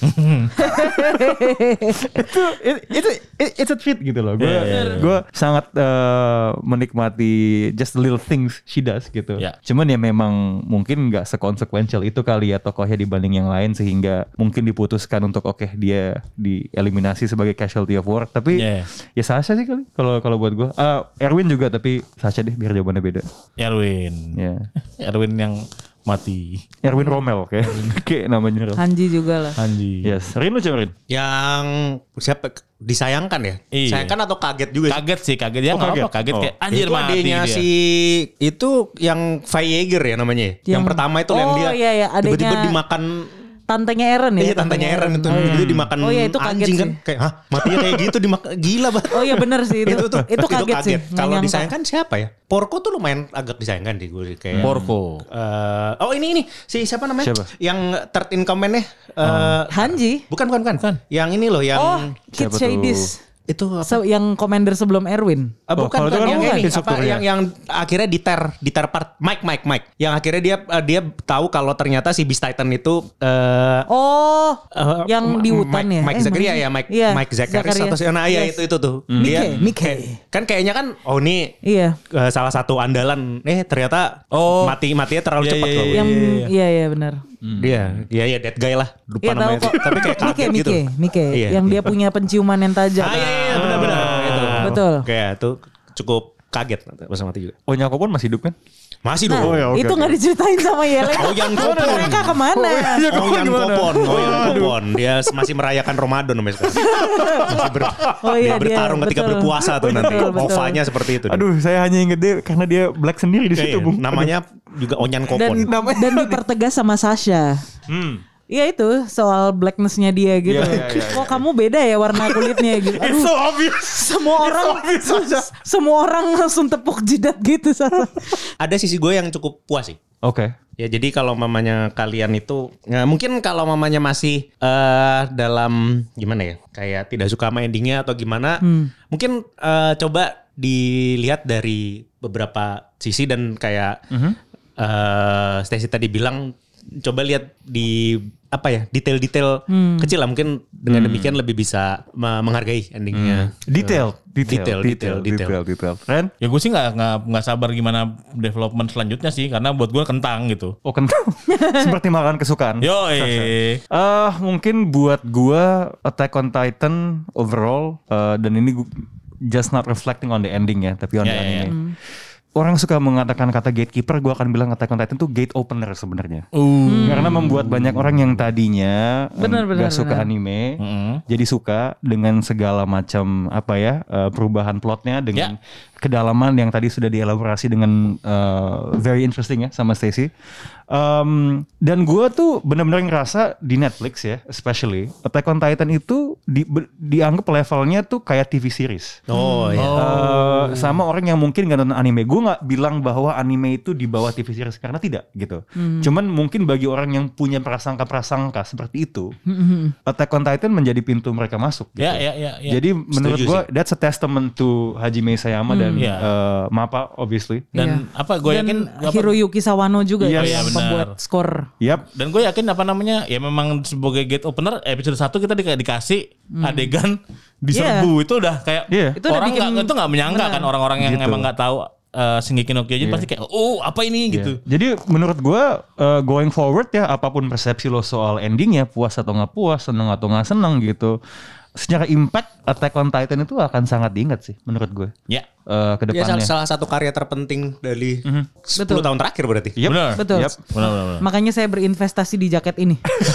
Speaker 2: itu it- itu it- it's a treat gitu loh. Gue
Speaker 5: Yeah, yeah, yeah.
Speaker 2: gue sangat eh, menikmati just the little things she does gitu.
Speaker 5: Yeah.
Speaker 2: Cuman ya memang mungkin nggak sekonsekuensial itu kali ya tokohnya dibanding yang lain sehingga mungkin diputuskan untuk oke dia dieliminasi sebagai casualty of war. Tapi
Speaker 5: Yeah.
Speaker 2: ya Sasha sih kali kalau kalau buat gue. Eh, Erwin juga tapi Sasha deh biar jawabannya beda.
Speaker 5: Erwin.
Speaker 2: Ya.
Speaker 5: Erwin yang mati.
Speaker 2: Erwin Rommel kayak kayak namanya.
Speaker 4: Hanji juga lah.
Speaker 5: Hanji.
Speaker 2: Yes, Rin lu coba Rin.
Speaker 3: Yang siapa disayangkan ya?
Speaker 5: Iya.
Speaker 3: Disayangkan atau kaget juga sih?
Speaker 5: Kaget sih, kaget ya
Speaker 2: Oh,
Speaker 5: nggak
Speaker 2: kaget.
Speaker 5: apa kaget
Speaker 2: Oh.
Speaker 5: kayak anjir
Speaker 3: itu
Speaker 5: mati
Speaker 3: adanya
Speaker 5: dia.
Speaker 3: si itu yang Feiger ya namanya ya? Yang,
Speaker 4: Yang-
Speaker 3: pertama itu yang
Speaker 4: Oh,
Speaker 3: dia
Speaker 4: iya, iya, adanya-
Speaker 3: tiba-tiba dimakan.
Speaker 4: Tantenya Eren ya?
Speaker 3: Iya tantenya Eren itu
Speaker 4: Oh, iya.
Speaker 3: itu dimakan
Speaker 4: Oh iya, itu kaget
Speaker 3: anjing
Speaker 4: sih.
Speaker 3: kan kayak hah matinya kayak gitu dimakan gila banget.
Speaker 4: Oh iya bener sih itu.
Speaker 3: itu tuh
Speaker 4: itu kaget, sih. Nggak
Speaker 3: Kalau
Speaker 4: nyangka.
Speaker 3: disayangkan siapa ya? Porco tuh lumayan agak disayangkan deh gue kayak.
Speaker 5: Porco.
Speaker 3: Eh, oh ini ini si siapa namanya?
Speaker 2: Siapa?
Speaker 3: Yang third in command-nya eh,
Speaker 4: Hanji.
Speaker 3: bukan bukan bukan. Yang ini loh yang
Speaker 4: Oh, Kit
Speaker 2: Siapa tuh?
Speaker 4: Shadis.
Speaker 3: itu apa?
Speaker 4: So, yang commander sebelum Erwin.
Speaker 3: Ah,
Speaker 2: Oh,
Speaker 3: bukan,
Speaker 2: kalau itu
Speaker 3: bukan
Speaker 2: kan
Speaker 3: yang
Speaker 2: bukan
Speaker 3: ini apa
Speaker 2: instrukturnya.
Speaker 3: yang yang akhirnya diter diter part Mike Mike Mike yang akhirnya dia eh, dia tahu kalau ternyata si Beast Titan itu eh
Speaker 4: Oh,
Speaker 3: eh,
Speaker 4: yang di
Speaker 3: Mike-
Speaker 4: hutan ya?
Speaker 3: Mike
Speaker 4: Eh,
Speaker 3: Zakaria
Speaker 4: mana
Speaker 3: ya
Speaker 4: sih?
Speaker 3: Mike
Speaker 4: Iya,
Speaker 3: Mike Zakaria
Speaker 4: Zakaria.
Speaker 3: atau si- nah iya
Speaker 4: Yes.
Speaker 3: itu itu tuh
Speaker 4: Mike,
Speaker 3: dia
Speaker 4: Mike.
Speaker 3: kayak- kan kayaknya kan oh ini
Speaker 4: Iya.
Speaker 3: eh, salah satu andalan eh ternyata
Speaker 5: Oh.
Speaker 3: mati matinya terlalu
Speaker 5: Iya,
Speaker 3: cepat
Speaker 5: iya,
Speaker 3: loh.
Speaker 5: iya,
Speaker 4: Yang
Speaker 5: iya.
Speaker 4: iya iya benar.
Speaker 3: Dia iya iya that guy lah lupa
Speaker 4: Iya tahu
Speaker 3: namanya
Speaker 4: kok.
Speaker 3: tapi kayak
Speaker 4: Mike,
Speaker 3: kaget gitu.
Speaker 4: Mike, Mike,
Speaker 3: Iya.
Speaker 4: yang dia punya penciuman yang tajam.
Speaker 3: Ah iya iya benar-benar gitu.
Speaker 4: Betul.
Speaker 3: Kayak tuh cukup kaget pas mati juga.
Speaker 2: Onyako pun masih hidup kan?
Speaker 3: Masih
Speaker 4: Nah,
Speaker 3: dong.
Speaker 2: ya, oke,
Speaker 4: itu
Speaker 2: oke.
Speaker 4: nggak diceritain sama Yele.
Speaker 3: Oh, yang Kopon.
Speaker 4: Mereka kemana?
Speaker 3: Oh yang Kopon, oh yang Kopon, dia masih merayakan Ramadan sampai sekarang. Masih ber,
Speaker 4: Oh iya,
Speaker 3: dia bertarung
Speaker 4: dia,
Speaker 3: ketika
Speaker 4: betul.
Speaker 3: berpuasa tuh nanti.
Speaker 4: Betul, betul.
Speaker 3: Ovanya seperti itu. dia.
Speaker 2: Aduh, saya hanya inget dia karena dia black sendiri di situ,
Speaker 3: Iya,
Speaker 2: Bung.
Speaker 3: namanya juga Onyan
Speaker 4: Dan
Speaker 3: Kopon.
Speaker 4: dan dipertegas sama Sasha.
Speaker 2: Hmm.
Speaker 4: Iya itu soal blackness-nya dia gitu.
Speaker 2: Iya, iya, iya,
Speaker 4: Kok kamu beda ya warna kulitnya gitu.
Speaker 2: It's
Speaker 4: Aduh,
Speaker 2: so obvious.
Speaker 4: semua orang
Speaker 2: obvious, Sasha.
Speaker 4: semua orang langsung tepuk jidat gitu Sasha.
Speaker 3: Ada sisi gue yang cukup puas sih.
Speaker 2: Oke.
Speaker 3: Ya jadi kalau mamanya kalian itu ya mungkin kalau mamanya masih eh dalam gimana ya kayak tidak suka sama endingnya atau gimana mungkin eh, coba dilihat dari beberapa sisi dan kayak eh Stacy tadi bilang coba lihat di apa ya detail-detail kecil lah mungkin dengan demikian lebih bisa me- menghargai endingnya.
Speaker 2: Detail, detail,
Speaker 3: Detail,
Speaker 2: detail,
Speaker 3: detail,
Speaker 2: detail, detail. Ren?
Speaker 5: Ya gue sih nggak nggak nggak sabar gimana development selanjutnya sih karena buat gue kentang gitu.
Speaker 2: Oh kentang. Seperti makanan kesukaan.
Speaker 5: Yo eh.
Speaker 2: Eh mungkin buat gua Attack on Titan overall eh, dan ini gua just not reflecting on the ending ya, tapi on
Speaker 5: Ya,
Speaker 2: the
Speaker 5: ya, ya.
Speaker 2: anime. Orang suka mengatakan kata gatekeeper, gua akan bilang Attack on Titan tuh gate opener sebenarnya.
Speaker 5: Uh.
Speaker 2: Karena membuat banyak orang yang tadinya em,
Speaker 4: Benar, benar,
Speaker 2: gak suka
Speaker 4: benar.
Speaker 2: anime,
Speaker 5: Mm-mm.
Speaker 2: jadi suka dengan segala macam apa ya eh, perubahan plotnya dengan kedalaman yang tadi sudah dielaborasi dengan eh, very interesting ya sama Stacy. Um, dan gue tuh benar-benar ngerasa di Netflix ya, especially Attack on Titan itu di, be- dianggap levelnya tuh kayak T V series.
Speaker 3: Oh ya.
Speaker 2: Eh, sama orang yang mungkin gak nonton anime. Gue gak bilang bahwa anime itu di bawah T V series karena tidak gitu. Cuman mungkin bagi orang yang punya prasangka-prasangka seperti itu, Attack on Titan menjadi pintu mereka masuk. Gitu.
Speaker 5: Ya ya ya. ya.
Speaker 2: Jadi menurut
Speaker 3: Setuju
Speaker 2: gue that's a testament to Hajime Isayama dan
Speaker 5: Iya.
Speaker 2: eh, Mappa obviously.
Speaker 5: Dan apa gue
Speaker 4: Dan
Speaker 5: yakin apa-
Speaker 4: Hiroyuki Sawano juga
Speaker 2: Iya,
Speaker 4: ya
Speaker 2: iya,
Speaker 4: yang
Speaker 5: benar.
Speaker 4: pembuat skor.
Speaker 2: Yap.
Speaker 5: Dan gue yakin apa namanya ya memang sebagai gate opener episode satu kita di, dikasih adegan diserbu itu udah kayak
Speaker 2: Iya.
Speaker 4: Itu udah
Speaker 5: orang
Speaker 4: bikin-
Speaker 5: nggak itu nggak menyangka
Speaker 4: benar.
Speaker 5: kan orang-orang yang
Speaker 2: Gitu.
Speaker 5: emang nggak tahu uh, Shingeki no Kyojin
Speaker 2: Iya.
Speaker 5: pasti kayak oh apa ini gitu.
Speaker 2: Jadi menurut gue uh, going forward ya apapun persepsi lo soal endingnya puas atau nggak puas, seneng atau nggak seneng gitu. Secara impact Attack on Titan itu akan sangat diingat sih menurut gue.
Speaker 5: Ya.
Speaker 2: uh, ke
Speaker 3: Ya
Speaker 2: depannya.
Speaker 3: salah, salah satu karya terpenting dari
Speaker 2: Mhm.
Speaker 3: sepuluh
Speaker 4: Betul.
Speaker 3: tahun terakhir berarti.
Speaker 2: Yep.
Speaker 5: Benar.
Speaker 4: Betul.
Speaker 2: Yep.
Speaker 5: Benar, benar, benar.
Speaker 4: Makanya saya berinvestasi di jaket ini.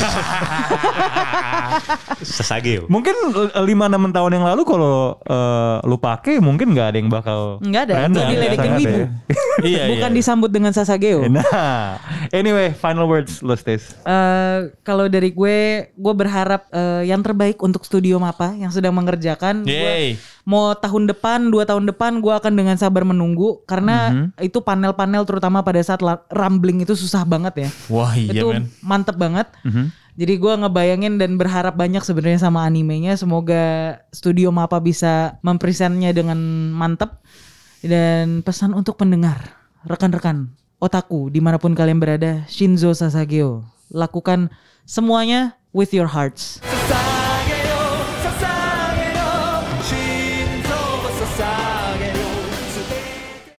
Speaker 3: Sasageo.
Speaker 2: Mungkin lima enam tahun yang lalu kalau uh, lu pakai mungkin nggak ada yang bakal
Speaker 4: Nggak ada,
Speaker 2: random
Speaker 4: itu
Speaker 2: ya,
Speaker 4: diledekin
Speaker 2: sangat
Speaker 4: wibu.
Speaker 2: ya.
Speaker 5: Iya,
Speaker 4: Bukan
Speaker 5: iya.
Speaker 4: disambut dengan Sasageo.
Speaker 2: Nah, anyway, final words lo Stis.
Speaker 4: Eh, kalau dari gue, gue berharap eh, yang terbaik untuk Studio Mapa yang sedang mengerjakan. Gue
Speaker 5: Yeay.
Speaker 4: mau tahun depan, dua tahun depan, gue akan dengan sabar menunggu karena
Speaker 2: Mhm.
Speaker 4: itu panel-panel terutama pada saat la- rambling itu susah banget ya.
Speaker 5: Wah iya
Speaker 4: itu
Speaker 5: men.
Speaker 4: mantep banget.
Speaker 2: Mhm.
Speaker 4: Jadi gue ngebayangin dan berharap banyak sebenarnya sama animenya. Semoga Studio Mapa bisa mempresentnya dengan mantep. Dan pesan untuk pendengar, rekan-rekan, otaku, dimanapun kalian berada, Shinzo Sasageo, lakukan semuanya with your hearts.